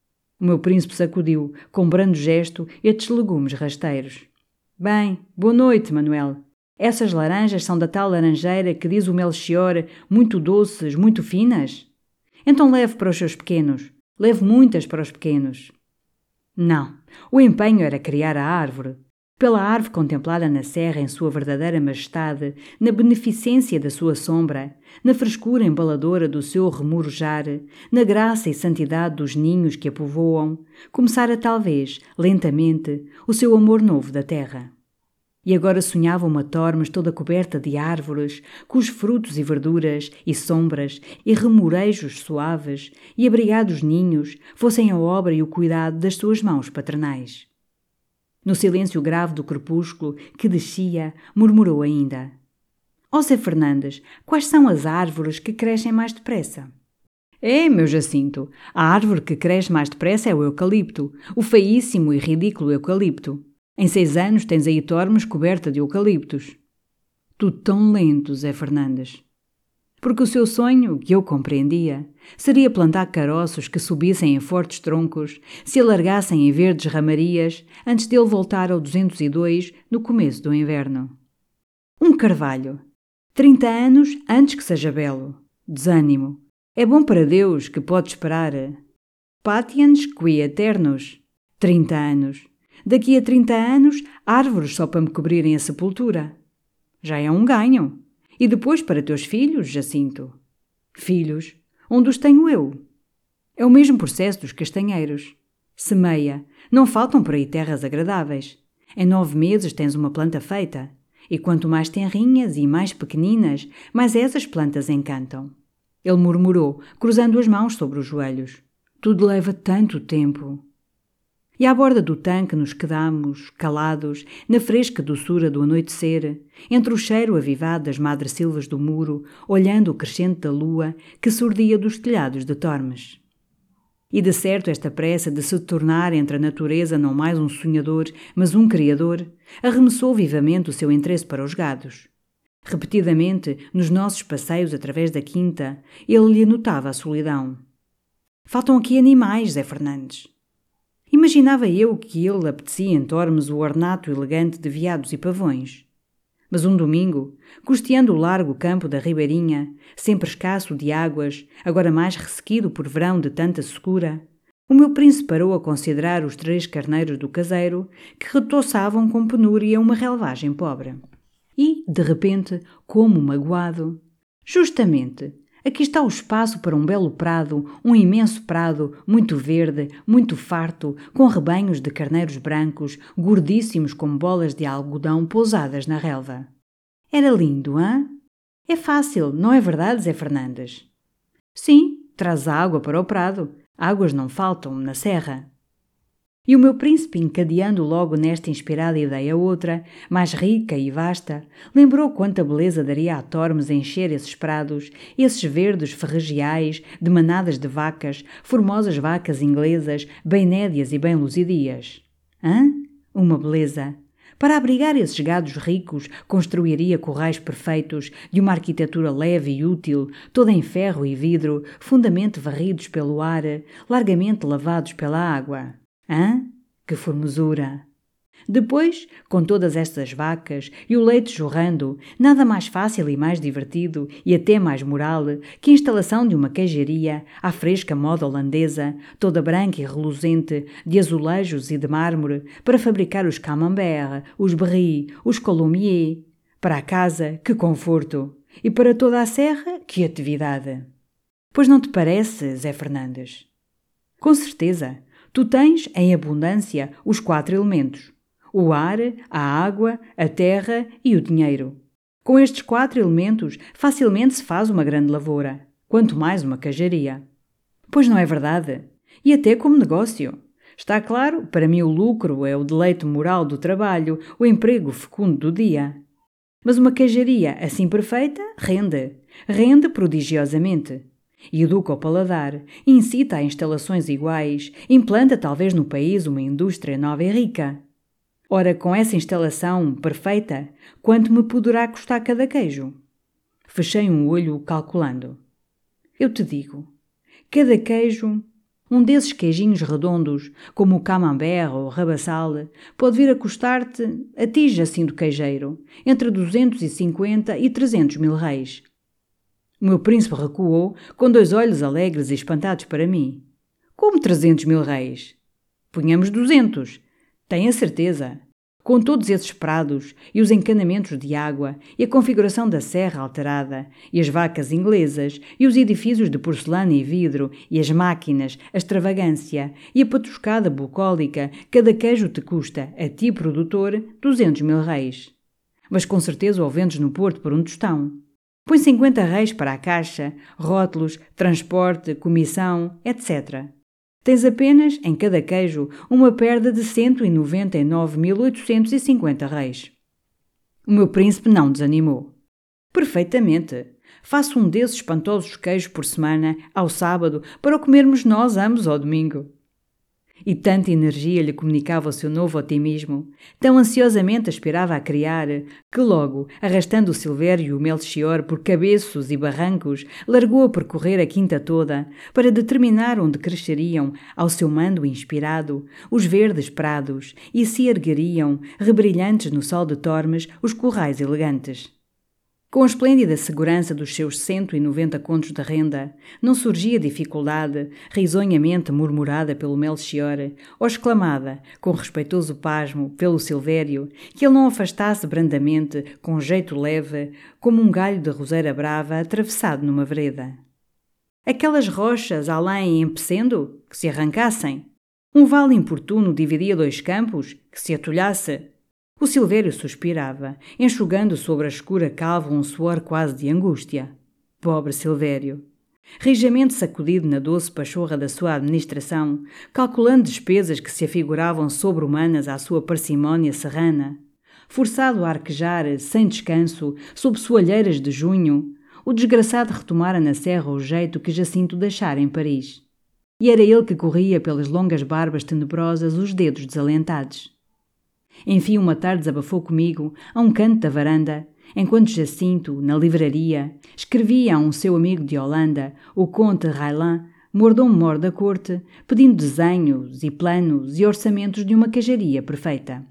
Speaker 1: O meu príncipe sacudiu, com brando gesto, estes legumes rasteiros. Bem, boa noite, Manuel. Essas laranjas são da tal laranjeira que diz o Melchior, muito doces, muito finas? Então leve para os seus pequenos. Leve muitas para os pequenos. Não, o empenho era criar a árvore. Pela árvore contemplada na serra em sua verdadeira majestade, na beneficência da sua sombra, na frescura embaladora do seu remorujar, na graça e santidade dos ninhos que a povoam, começara talvez, lentamente, o seu amor novo da terra. E agora sonhava uma Tormes toda coberta de árvores, cujos frutos e verduras, e sombras, e remorejos suaves, e abrigados ninhos, fossem a obra e o cuidado das suas mãos paternais. No silêncio grave do crepúsculo, que descia, murmurou ainda: ó Zé Fernandes, quais são as árvores que crescem mais depressa? É, meu Jacinto, a árvore que cresce mais depressa é o eucalipto, o feíssimo e ridículo eucalipto. Em seis anos tens aí Tormes coberta de eucaliptos. Tudo tão lento, Zé Fernandes. Porque o seu sonho, que eu compreendia, seria plantar caroços que subissem em fortes troncos, se alargassem em verdes ramarias, antes dele voltar ao duzentos e dois, no começo do inverno. Um carvalho. Trinta anos antes que seja belo. Desânimo. É bom para Deus, que pode esperar. Patiens qui eternos. Trinta anos. Daqui a trinta anos, árvores só para me cobrirem a sepultura. Já é um ganho. E depois para teus filhos, Jacinto. Filhos? Onde os tenho eu? É o mesmo processo dos castanheiros. Semeia. Não faltam por aí terras agradáveis. Em nove meses tens uma planta feita. E quanto mais tenrinhas e mais pequeninas, mais essas plantas encantam. Ele murmurou, cruzando as mãos sobre os joelhos. Tudo leva tanto tempo. E à borda do tanque nos quedamos, calados, na fresca doçura do anoitecer, entre o cheiro avivado das madressilvas do muro, olhando o crescente da lua que surdia dos telhados de Tormes. E de certo esta pressa de se tornar entre a natureza não mais um sonhador, mas um criador, arremessou vivamente o seu interesse para os gados. Repetidamente, nos nossos passeios através da quinta, ele lhe notava a solidão. Faltam aqui animais, Zé Fernandes. Imaginava eu que ele apetecia em Tormes o ornato elegante de veados e pavões. Mas um domingo, costeando o largo campo da ribeirinha, sempre escasso de águas, agora mais ressequido por verão de tanta secura, o meu príncipe parou a considerar os três carneiros do caseiro que retoçavam com penúria uma relvagem pobre. E, de repente, como magoado, justamente, aqui está o espaço para um belo prado, um imenso prado, muito verde, muito farto, com rebanhos de carneiros brancos, gordíssimos como bolas de algodão pousadas na relva. Era lindo, hã? É fácil, não é verdade, Zé Fernandes? Sim, traz água para o prado. Águas não faltam na serra. E o meu príncipe, encadeando logo nesta inspirada ideia outra, mais rica e vasta, lembrou quanta beleza daria a Tormes encher esses prados, esses verdes ferregiais, de manadas de vacas, formosas vacas inglesas, bem nédias e bem luzidias. Hã? Uma beleza! Para abrigar esses gados ricos, construiria corrais perfeitos, de uma arquitetura leve e útil, toda em ferro e vidro, fundamente varridos pelo ar, largamente lavados pela água. Hã? Que formosura! Depois, com todas estas vacas e o leite jorrando, nada mais fácil e mais divertido, e até mais moral, que a instalação de uma queijaria, à fresca moda holandesa, toda branca e reluzente, de azulejos e de mármore, para fabricar os camembert, os brie, os coulommiers. Para a casa, que conforto! E para toda a serra, que atividade! Pois não te parece, Zé Fernandes? Com certeza! Tu tens, em abundância, os quatro elementos: o ar, a água, a terra e o dinheiro. Com estes quatro elementos, facilmente se faz uma grande lavoura, quanto mais uma queijaria. Pois não é verdade? E até como negócio. Está claro, para mim o lucro é o deleite moral do trabalho, o emprego fecundo do dia. Mas uma queijaria assim perfeita rende, rende prodigiosamente. E educa o paladar, incita a instalações iguais, implanta talvez no país uma indústria nova e rica. Ora, com essa instalação perfeita, quanto me poderá custar cada queijo? Fechei um olho calculando. Eu te digo, cada queijo, um desses queijinhos redondos, como o camembert ou o rabassal, pode vir a custar-te, a ti, Jacinto queijeiro, entre duzentos e cinquenta e trezentos mil réis. O meu príncipe recuou, com dois olhos alegres e espantados para mim. Como trezentos mil réis? Punhamos duzentos. Tenho a certeza. Com todos esses prados, e os encanamentos de água, e a configuração da serra alterada, e as vacas inglesas, e os edifícios de porcelana e vidro, e as máquinas, a extravagância, e a patuscada bucólica, cada queijo te custa, a ti, produtor, duzentos mil réis. Mas com certeza o vendes no Porto por um tostão. Põe cinquenta réis para a caixa, rótulos, transporte, comissão, etcétera. Tens apenas, em cada queijo, uma perda de cento e noventa e nove mil oitocentos e cinquenta réis. O meu príncipe não desanimou. Perfeitamente. Faço um desses espantosos queijos por semana, ao sábado, para o comermos nós ambos ao domingo. E tanta energia lhe comunicava o seu novo otimismo, tão ansiosamente aspirava a criar, que logo, arrastando o Silvério e o Melchior por cabeços e barrancos, largou a percorrer a quinta toda, para determinar onde cresceriam, ao seu mando inspirado, os verdes prados, e se ergueriam, rebrilhantes no sol de Tormes, os corrais elegantes. Com a esplêndida segurança dos seus cento e noventa contos de renda, não surgia dificuldade, risonhamente murmurada pelo Melchior, ou exclamada, com respeitoso pasmo, pelo Silvério, que ele não afastasse brandamente, com jeito leve, como um galho de roseira brava atravessado numa vereda. Aquelas rochas além empecendo, que se arrancassem. Um vale importuno dividia dois campos, que se atulhasse. O Silvério suspirava, enxugando sobre a escura calva um suor quase de angústia. Pobre Silvério! Rijamente sacudido na doce pachorra da sua administração, calculando despesas que se afiguravam sobre-humanas à sua parcimónia serrana, forçado a arquejar, sem descanso, sob soalheiras de junho, o desgraçado retomara na serra o jeito que Jacinto deixara em Paris. E era ele que corria pelas longas barbas tenebrosas os dedos desalentados. Enfim, uma tarde desabafou comigo, a um canto da varanda, enquanto Jacinto, na livraria, escrevia a um seu amigo de Holanda, o conde Raylan, mordomo-mor da corte, pedindo desenhos e planos e orçamentos de uma cajaria perfeita.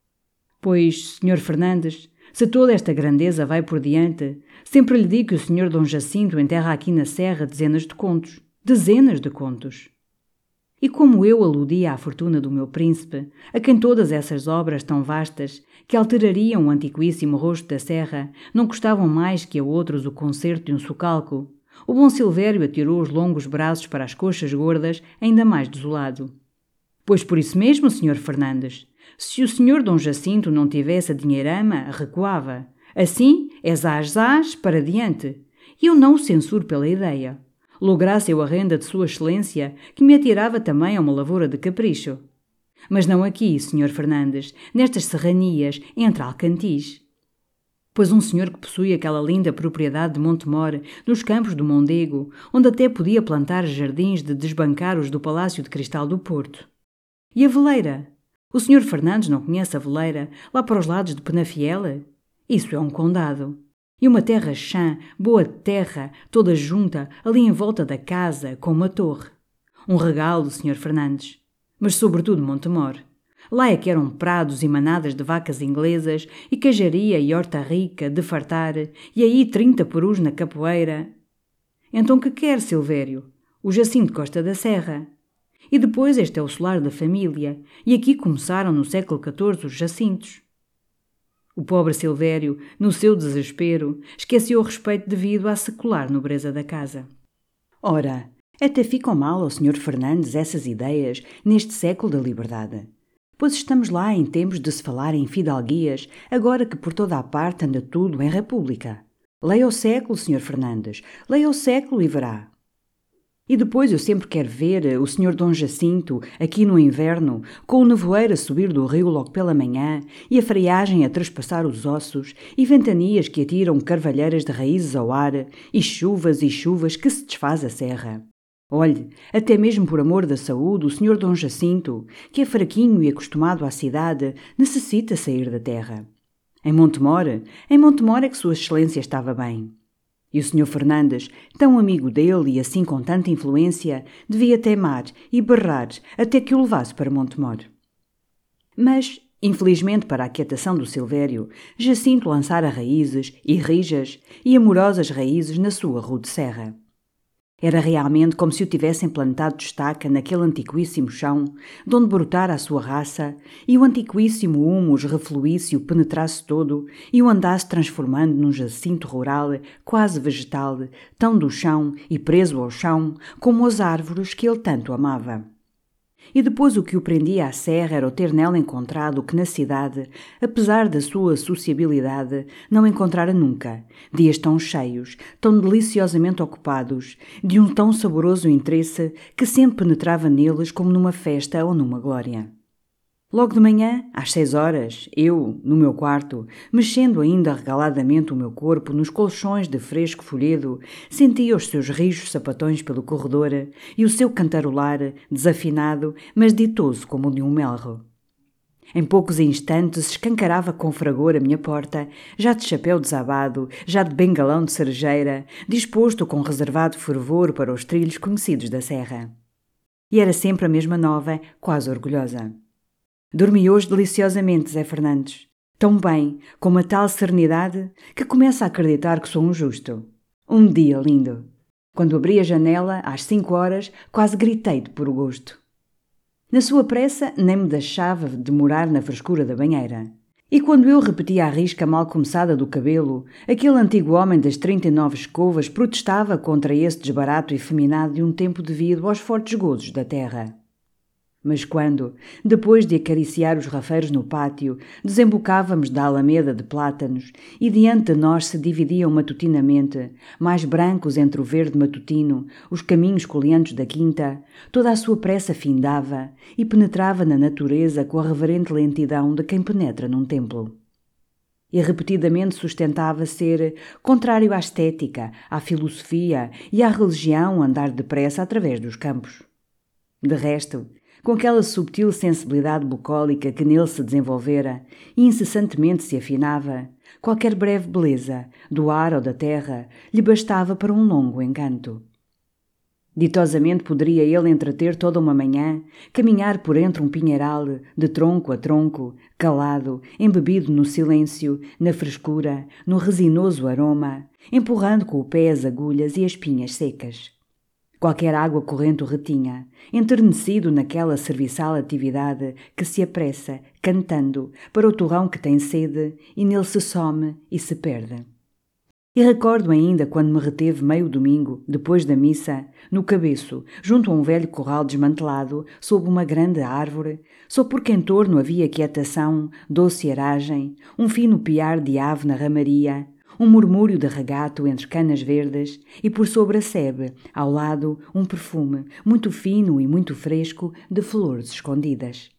Speaker 1: Pois, senhor Fernandes, se toda esta grandeza vai por diante, sempre lhe digo que o senhor Dom Jacinto enterra aqui na serra dezenas de contos. Dezenas de contos. E como eu aludia à fortuna do meu príncipe, a quem todas essas obras tão vastas, que alterariam o antiquíssimo rosto da serra, não custavam mais que a outros o concerto de um socalco, o bom Silvério atirou os longos braços para as coxas gordas, ainda mais desolado. Pois por isso mesmo, senhor Fernandes, se o senhor Dom Jacinto não tivesse a dinheirama, recuava. Assim, é zás zás para diante. E eu não o censuro pela ideia. Lograsse eu a renda de sua excelência, que me atirava também a uma lavoura de capricho. Mas não aqui, senhor Fernandes, nestas serranias, entre Alcantis. Pois um senhor que possui aquela linda propriedade de Montemor, nos campos do Mondego, onde até podia plantar jardins de desbancar os do Palácio de Cristal do Porto. E a veleira? O senhor Fernandes não conhece a veleira, lá para os lados de Penafiel? Isso é um condado. E uma terra chã, boa terra, toda junta, ali em volta da casa, com uma torre. Um regalo, senhor Fernandes. Mas sobretudo Montemor. Lá é que eram prados e manadas de vacas inglesas, e cajaria e horta rica, de fartar, e aí trinta perus na capoeira. Então que quer, Silvério? O Jacinto Costa da Serra. E depois este é o solar da família, e aqui começaram no século catorze os Jacintos. O pobre Silvério, no seu desespero, esqueceu o respeito devido à secular nobreza da casa. Ora, até ficam mal ao senhor Fernandes essas ideias neste século da liberdade. Pois estamos lá em tempos de se falar em fidalguias, agora que por toda a parte anda tudo em república. Leia o século, senhor Fernandes, leia o século e verá. E depois eu sempre quero ver o senhor Dom Jacinto, aqui no inverno, com o nevoeiro a subir do rio logo pela manhã, e a friagem a trespassar os ossos, e ventanias que atiram carvalheiras de raízes ao ar, e chuvas e chuvas que se desfaz a serra. Olhe, até mesmo por amor da saúde, o senhor Dom Jacinto, que é fraquinho e acostumado à cidade, necessita sair da terra. Em Montemor, em Montemor é que sua excelência estava bem. E o senhor Fernandes, tão amigo dele e assim com tanta influência, devia teimar e berrar até que o levasse para Montemor. Mas, infelizmente para a aquietação do Silvério, Jacinto lançara raízes, e rijas, e amorosas raízes na sua rude serra. Era realmente como se o tivessem plantado de estaca naquele antiquíssimo chão, de onde brotara a sua raça, e o antiquíssimo humus refluísse e o penetrasse todo, e o andasse transformando num jacinto rural, quase vegetal, tão do chão e preso ao chão, como as árvores que ele tanto amava. E depois o que o prendia à serra era o ter nela encontrado o que na cidade, apesar da sua sociabilidade, não encontrara nunca, dias tão cheios, tão deliciosamente ocupados, de um tão saboroso interesse que sempre penetrava neles como numa festa ou numa glória. Logo de manhã, às seis horas, eu, no meu quarto, mexendo ainda regaladamente o meu corpo nos colchões de fresco folhedo, sentia os seus rijos sapatões pelo corredor e o seu cantarolar, desafinado, mas ditoso como o de um melro. Em poucos instantes escancarava com fragor a minha porta, já de chapéu desabado, já de bengalão de cerejeira, disposto com reservado fervor para os trilhos conhecidos da serra. E era sempre a mesma nova, quase orgulhosa. Dormi hoje deliciosamente, Zé Fernandes. Tão bem, com uma tal serenidade, que começo a acreditar que sou um justo. Um dia lindo. Quando abri a janela, às cinco horas, quase gritei de puro gosto. Na sua pressa, nem me deixava demorar na frescura da banheira. E quando eu repetia a risca mal começada do cabelo, aquele antigo homem das trinta e nove escovas protestava contra esse desbarato efeminado de um tempo devido aos fortes gozos da terra. Mas quando, depois de acariciar os rafeiros no pátio, desembocávamos da alameda de plátanos e diante de nós se dividiam matutinamente, mais brancos entre o verde matutino, os caminhos coleantes da quinta, toda a sua pressa findava e penetrava na natureza com a reverente lentidão de quem penetra num templo. E repetidamente sustentava ser contrário à estética, à filosofia e à religião andar depressa através dos campos. De resto, com aquela subtil sensibilidade bucólica que nele se desenvolvera e incessantemente se afinava, qualquer breve beleza, do ar ou da terra, lhe bastava para um longo encanto. Ditosamente poderia ele entreter toda uma manhã, caminhar por entre um pinheiral, de tronco a tronco, calado, embebido no silêncio, na frescura, no resinoso aroma, empurrando com o pé as agulhas e as pinhas secas. Qualquer água corrente o retinha, enternecido naquela serviçal atividade que se apressa, cantando, para o torrão que tem sede, e nele se some e se perde. E recordo ainda quando me reteve meio domingo, depois da missa, no cabeço, junto a um velho corral desmantelado, sob uma grande árvore, só porque em torno havia quietação, doce aragem, um fino piar de ave na ramaria, um murmúrio de regato entre canas verdes e por sobre a sebe, ao lado, um perfume, muito fino e muito fresco, de flores escondidas.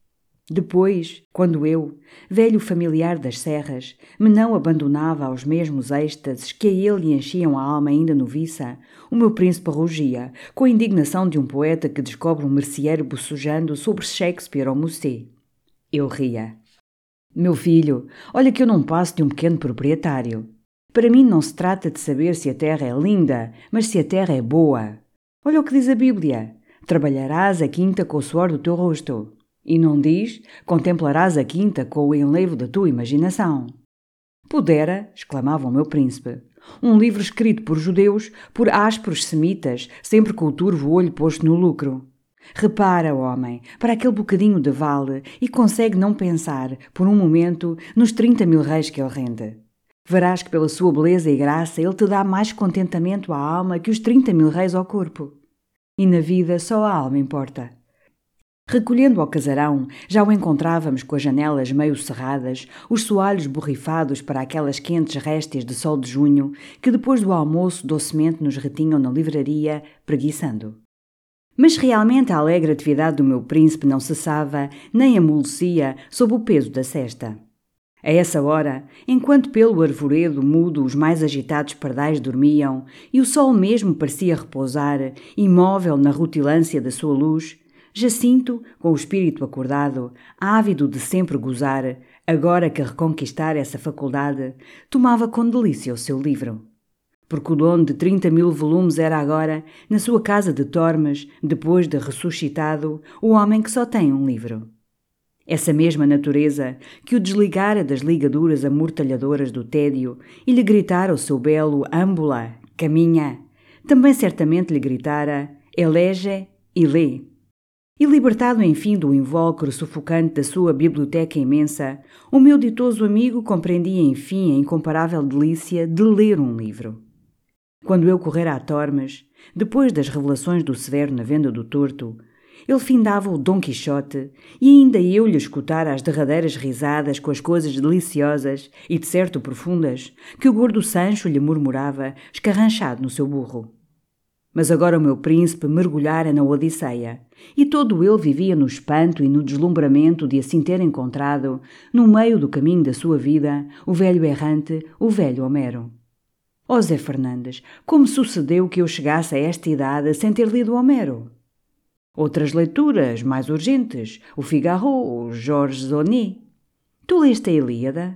Speaker 1: Depois, quando eu, velho familiar das serras, me não abandonava aos mesmos êxtases que a ele lhe enchiam a alma ainda noviça, o meu príncipe rugia, com a indignação de um poeta que descobre um merceeiro bocejando sobre Shakespeare ou Musset. Eu ria. Meu filho, olha que eu não passo de um pequeno proprietário. Para mim não se trata de saber se a terra é linda, mas se a terra é boa. Olha o que diz a Bíblia. Trabalharás a quinta com o suor do teu rosto. E não diz, contemplarás a quinta com o enlevo da tua imaginação. Pudera, exclamava o meu príncipe, um livro escrito por judeus, por ásperos semitas, sempre com o turvo olho posto no lucro. Repara, homem, para aquele bocadinho de vale e consegue não pensar, por um momento, nos trinta mil reis que ele rende. Verás que pela sua beleza e graça ele te dá mais contentamento à alma que os trinta mil reis ao corpo. E na vida só a alma importa. Recolhendo ao casarão, já o encontrávamos com as janelas meio cerradas, os soalhos borrifados para aquelas quentes réstias de sol de junho que depois do almoço docemente nos retinham na livraria, preguiçando. Mas realmente a alegre atividade do meu príncipe não cessava, nem amolecia sob o peso da sesta. A essa hora, enquanto pelo arvoredo mudo os mais agitados pardais dormiam e o sol mesmo parecia repousar, imóvel na rutilância da sua luz, Jacinto, com o espírito acordado, ávido de sempre gozar, agora que reconquistara essa faculdade, tomava com delícia o seu livro. Porque o dono de trinta mil volumes era agora, na sua casa de Tormes, depois de ressuscitado, o homem que só tem um livro. Essa mesma natureza que o desligara das ligaduras amortalhadoras do tédio e lhe gritara o seu belo âmbula, caminha, também certamente lhe gritara elege e lê. E libertado enfim do invólucro sufocante da sua biblioteca imensa, o meu ditoso amigo compreendia enfim a incomparável delícia de ler um livro. Quando eu correra a Tormes, depois das revelações do Severo na venda do torto, ele findava o Dom Quixote e ainda eu lhe escutara as derradeiras risadas com as coisas deliciosas e de certo profundas que o gordo Sancho lhe murmurava, escarranchado no seu burro. Mas agora o meu príncipe mergulhara na Odisseia, e todo ele vivia no espanto e no deslumbramento de assim ter encontrado, no meio do caminho da sua vida, o velho errante, o velho Homero. Ó Zé Fernandes, como sucedeu que eu chegasse a esta idade sem ter lido Homero? Outras leituras, mais urgentes, o Figaro, o Georges Sony. Tu leste a Ilíada?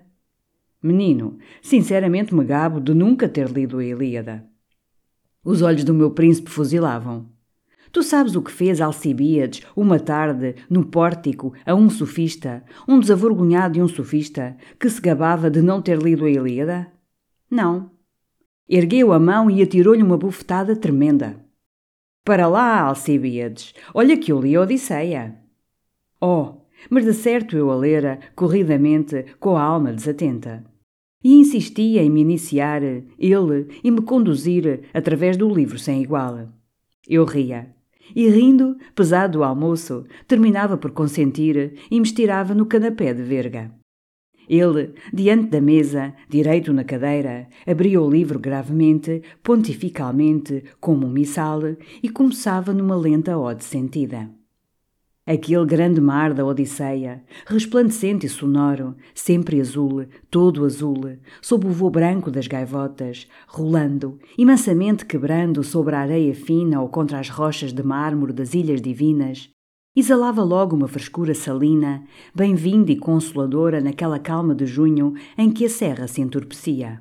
Speaker 1: Menino, sinceramente me gabo de nunca ter lido a Ilíada. Os olhos do meu príncipe fuzilavam. Tu sabes o que fez Alcibíades, uma tarde, no pórtico, a um sofista, um desavergonhado e um sofista, que se gabava de não ter lido a Ilíada? Não. Ergueu a mão e atirou-lhe uma bufetada tremenda. Para lá, Alcibíades, olha que eu li a Odisseia. Oh, mas de certo eu a lera, corridamente, com a alma desatenta. E insistia em me iniciar, ele, e me conduzir através do livro sem igual. Eu ria. E rindo, pesado o almoço, terminava por consentir e me estirava no canapé de verga. Ele, diante da mesa, direito na cadeira, abria o livro gravemente, pontificalmente, como um missal, e começava numa lenta ode sentida. Aquele grande mar da Odisseia, resplandecente e sonoro, sempre azul, todo azul, sob o voo branco das gaivotas, rolando, imensamente quebrando sobre a areia fina ou contra as rochas de mármore das ilhas divinas, exalava logo uma frescura salina, bem-vinda e consoladora naquela calma de junho em que a serra se entorpecia.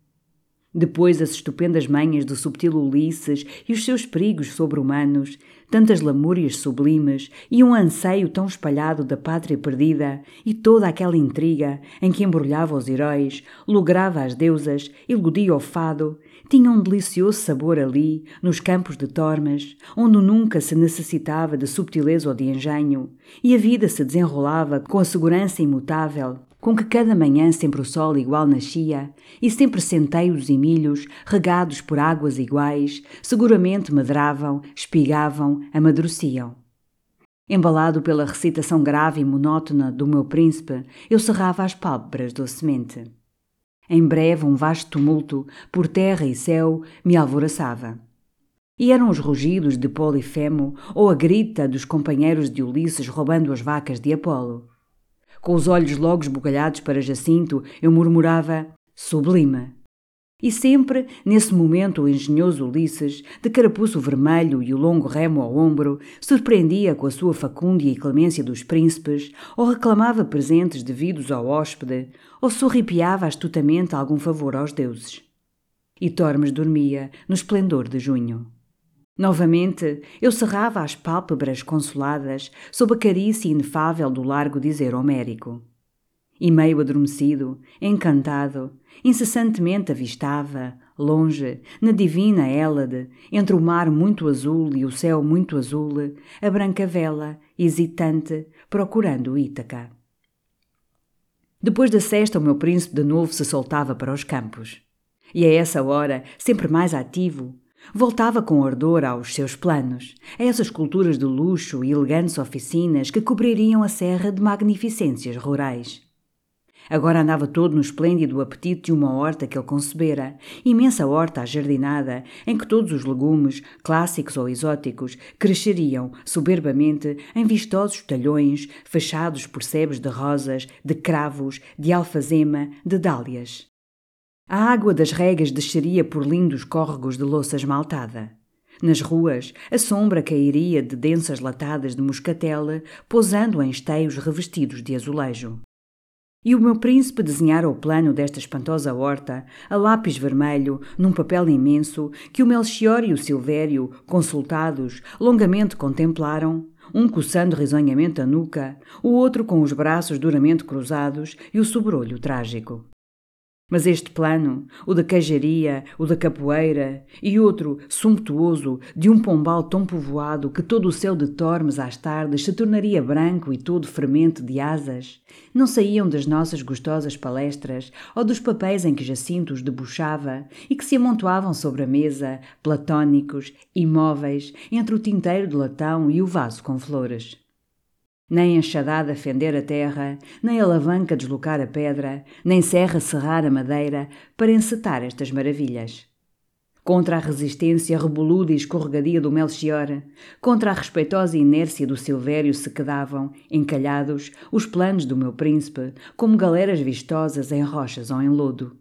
Speaker 1: Depois as estupendas manhas do subtil Ulisses e os seus perigos sobre-humanos, tantas lamúrias sublimes e um anseio tão espalhado da pátria perdida e toda aquela intriga em que embrulhava os heróis, lograva as deusas, iludia o fado, tinha um delicioso sabor ali, nos campos de Tormes, onde nunca se necessitava de subtileza ou de engenho, e a vida se desenrolava com a segurança imutável, com que cada manhã sempre o sol igual nascia, e sempre centeios e milhos, regados por águas iguais, seguramente medravam, espigavam, amadureciam. Embalado pela recitação grave e monótona do meu príncipe, eu cerrava as pálpebras docemente. Em breve um vasto tumulto, por terra e céu, me alvoroçava. E eram os rugidos de Polifemo ou a grita dos companheiros de Ulisses roubando as vacas de Apolo. Com os olhos logo esbugalhados para Jacinto, eu murmurava sublime. E sempre, nesse momento, o engenhoso Ulisses, de carapuço vermelho e o longo remo ao ombro, surpreendia com a sua facúndia e clemência dos príncipes, ou reclamava presentes devidos ao hóspede, ou sorripiava astutamente algum favor aos deuses. E Tormes dormia no esplendor de junho. Novamente, eu cerrava as pálpebras consoladas sob a carícia inefável do largo dizer homérico. E meio adormecido, encantado, incessantemente avistava, longe, na divina Hélade, entre o mar muito azul e o céu muito azul, a branca vela, hesitante, procurando Ítaca. Depois da sesta, o meu príncipe de novo se soltava para os campos. E a essa hora, sempre mais ativo, voltava com ardor aos seus planos, a essas culturas de luxo e elegantes oficinas que cobririam a serra de magnificências rurais. Agora andava todo no esplêndido apetite de uma horta que ele concebera, imensa horta ajardinada, em que todos os legumes, clássicos ou exóticos, cresceriam soberbamente em vistosos talhões fechados por sebes de rosas, de cravos, de alfazema, de dálias. A água das regas desceria por lindos córregos de louça esmaltada. Nas ruas, a sombra cairia de densas latadas de moscatel, pousando em esteios revestidos de azulejo. E o meu príncipe desenhara o plano desta espantosa horta, a lápis vermelho, num papel imenso, que o Melchior e o Silvério, consultados, longamente contemplaram, um coçando risonhamente a nuca, o outro com os braços duramente cruzados e o sobrolho trágico. Mas este plano, o da queijaria, o da capoeira, e outro, sumptuoso, de um pombal tão povoado que todo o céu de Tormes às tardes se tornaria branco e todo fremente de asas, não saíam das nossas gostosas palestras ou dos papéis em que Jacinto os debuxava e que se amontoavam sobre a mesa, platónicos, imóveis, entre o tinteiro de latão e o vaso com flores. Nem enxadada fender a terra, nem alavanca deslocar a pedra, nem serra serrar a madeira para encetar estas maravilhas. Contra a resistência reboluda e escorregadia do Melchior, contra a respeitosa inércia do Silvério se quedavam, encalhados, os planos do meu príncipe, como galeras vistosas em rochas ou em lodo.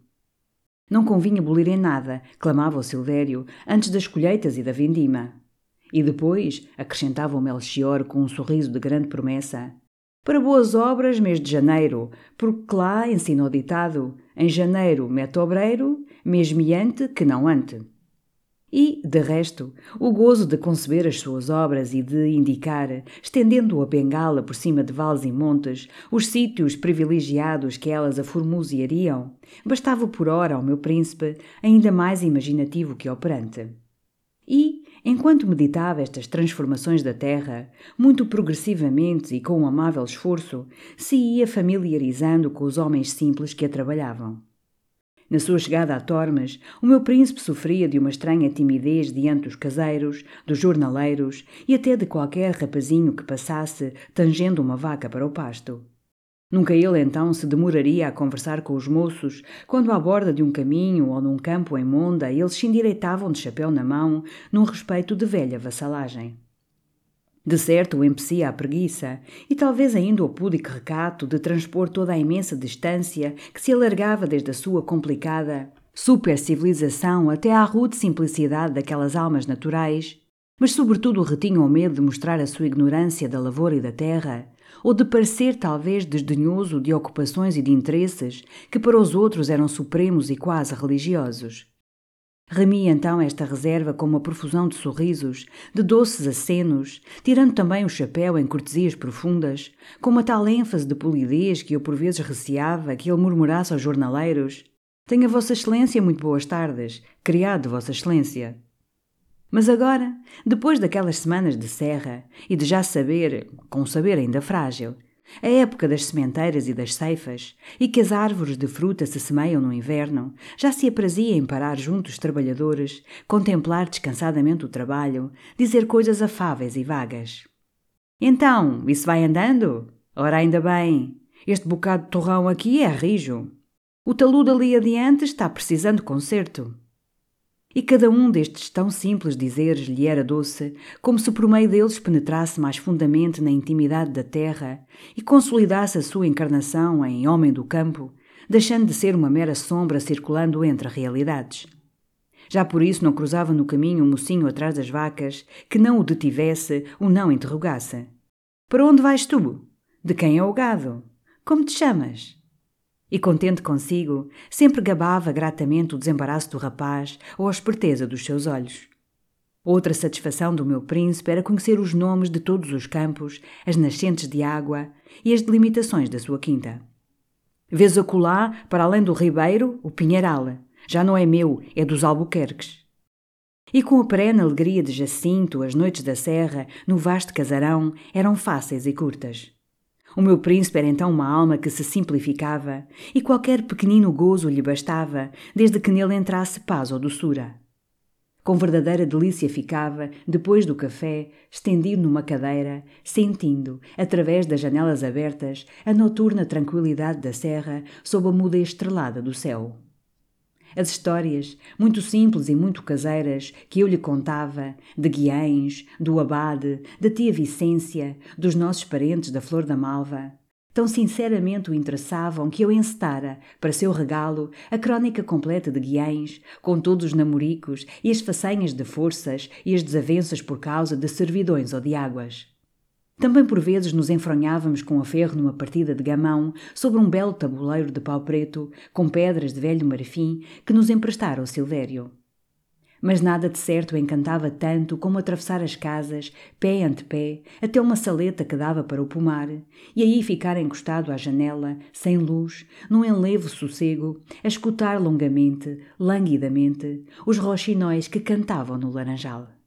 Speaker 1: Não convinha bolir em nada, clamava o Silvério, antes das colheitas e da vindima. E depois, acrescentava o Melchior com um sorriso de grande promessa, para boas obras, mês de janeiro, porque lá ensina o ditado, em janeiro mete obreiro, mesmo ante que não ante. E, de resto, o gozo de conceber as suas obras e de indicar, estendendo a bengala por cima de vales e montes, os sítios privilegiados que elas aformoseariam, bastava por ora ao meu príncipe, ainda mais imaginativo que operante. E, enquanto meditava estas transformações da terra, muito progressivamente e com um amável esforço, se ia familiarizando com os homens simples que a trabalhavam. Na sua chegada a Tormes, o meu príncipe sofria de uma estranha timidez diante dos caseiros, dos jornaleiros e até de qualquer rapazinho que passasse tangendo uma vaca para o pasto. Nunca ele então se demoraria a conversar com os moços, quando à borda de um caminho ou num campo em monda eles se endireitavam de chapéu na mão, num respeito de velha vassalagem. De certo o empecia a preguiça, e talvez ainda o pudique recato de transpor toda a imensa distância que se alargava desde a sua complicada supercivilização até à rude simplicidade daquelas almas naturais, mas sobretudo retinha o medo de mostrar a sua ignorância da lavoura e da terra, ou de parecer talvez desdenhoso de ocupações e de interesses que para os outros eram supremos e quase religiosos. Remia então esta reserva com uma profusão de sorrisos, de doces acenos, tirando também o chapéu em cortesias profundas, com uma tal ênfase de polidez que eu por vezes receava que ele murmurasse aos jornaleiros: «Tenha Vossa Excelência muito boas tardes, criado de Vossa Excelência». Mas agora, depois daquelas semanas de serra e de já saber, com um saber ainda frágil, a época das sementeiras e das ceifas, e que as árvores de fruta se semeiam no inverno, já se aprazia em parar junto os trabalhadores, contemplar descansadamente o trabalho, dizer coisas afáveis e vagas. «Então, isso vai andando? Ora, ainda bem, este bocado de torrão aqui é rijo. O talude ali adiante está precisando de conserto». E cada um destes tão simples dizeres lhe era doce, como se por meio deles penetrasse mais fundamente na intimidade da terra e consolidasse a sua encarnação em homem do campo, deixando de ser uma mera sombra circulando entre realidades. Já por isso não cruzava no caminho um mocinho atrás das vacas que não o detivesse, o não interrogasse. «Para onde vais tu? De quem é o gado? Como te chamas?» E contente consigo, sempre gabava gratamente o desembaraço do rapaz ou a esperteza dos seus olhos. Outra satisfação do meu príncipe era conhecer os nomes de todos os campos, as nascentes de água e as delimitações da sua quinta. «Vês acolá, para além do ribeiro, o pinheiral. Já não é meu, é dos Albuquerques». E com a perene alegria de Jacinto, as noites da serra, no vasto casarão, eram fáceis e curtas. O meu príncipe era então uma alma que se simplificava, e qualquer pequenino gozo lhe bastava, desde que nele entrasse paz ou doçura. Com verdadeira delícia ficava, depois do café, estendido numa cadeira, sentindo, através das janelas abertas, a noturna tranquilidade da serra sob a muda estrelada do céu. As histórias, muito simples e muito caseiras, que eu lhe contava, de Guiães, do Abade, da tia Vicência, dos nossos parentes da Flor da Malva, tão sinceramente o interessavam que eu encetara, para seu regalo, a crónica completa de Guiães, com todos os namoricos e as façanhas de forças e as desavenças por causa de servidões ou de águas. Também por vezes nos enfronhávamos com aferro numa partida de gamão sobre um belo tabuleiro de pau preto, com pedras de velho marfim que nos emprestara o Silvério. Mas nada de certo encantava tanto como atravessar as casas, pé ante pé, até uma saleta que dava para o pomar, e aí ficar encostado à janela, sem luz, num enlevo sossego, a escutar longamente, languidamente, os roxinóis que cantavam no laranjal.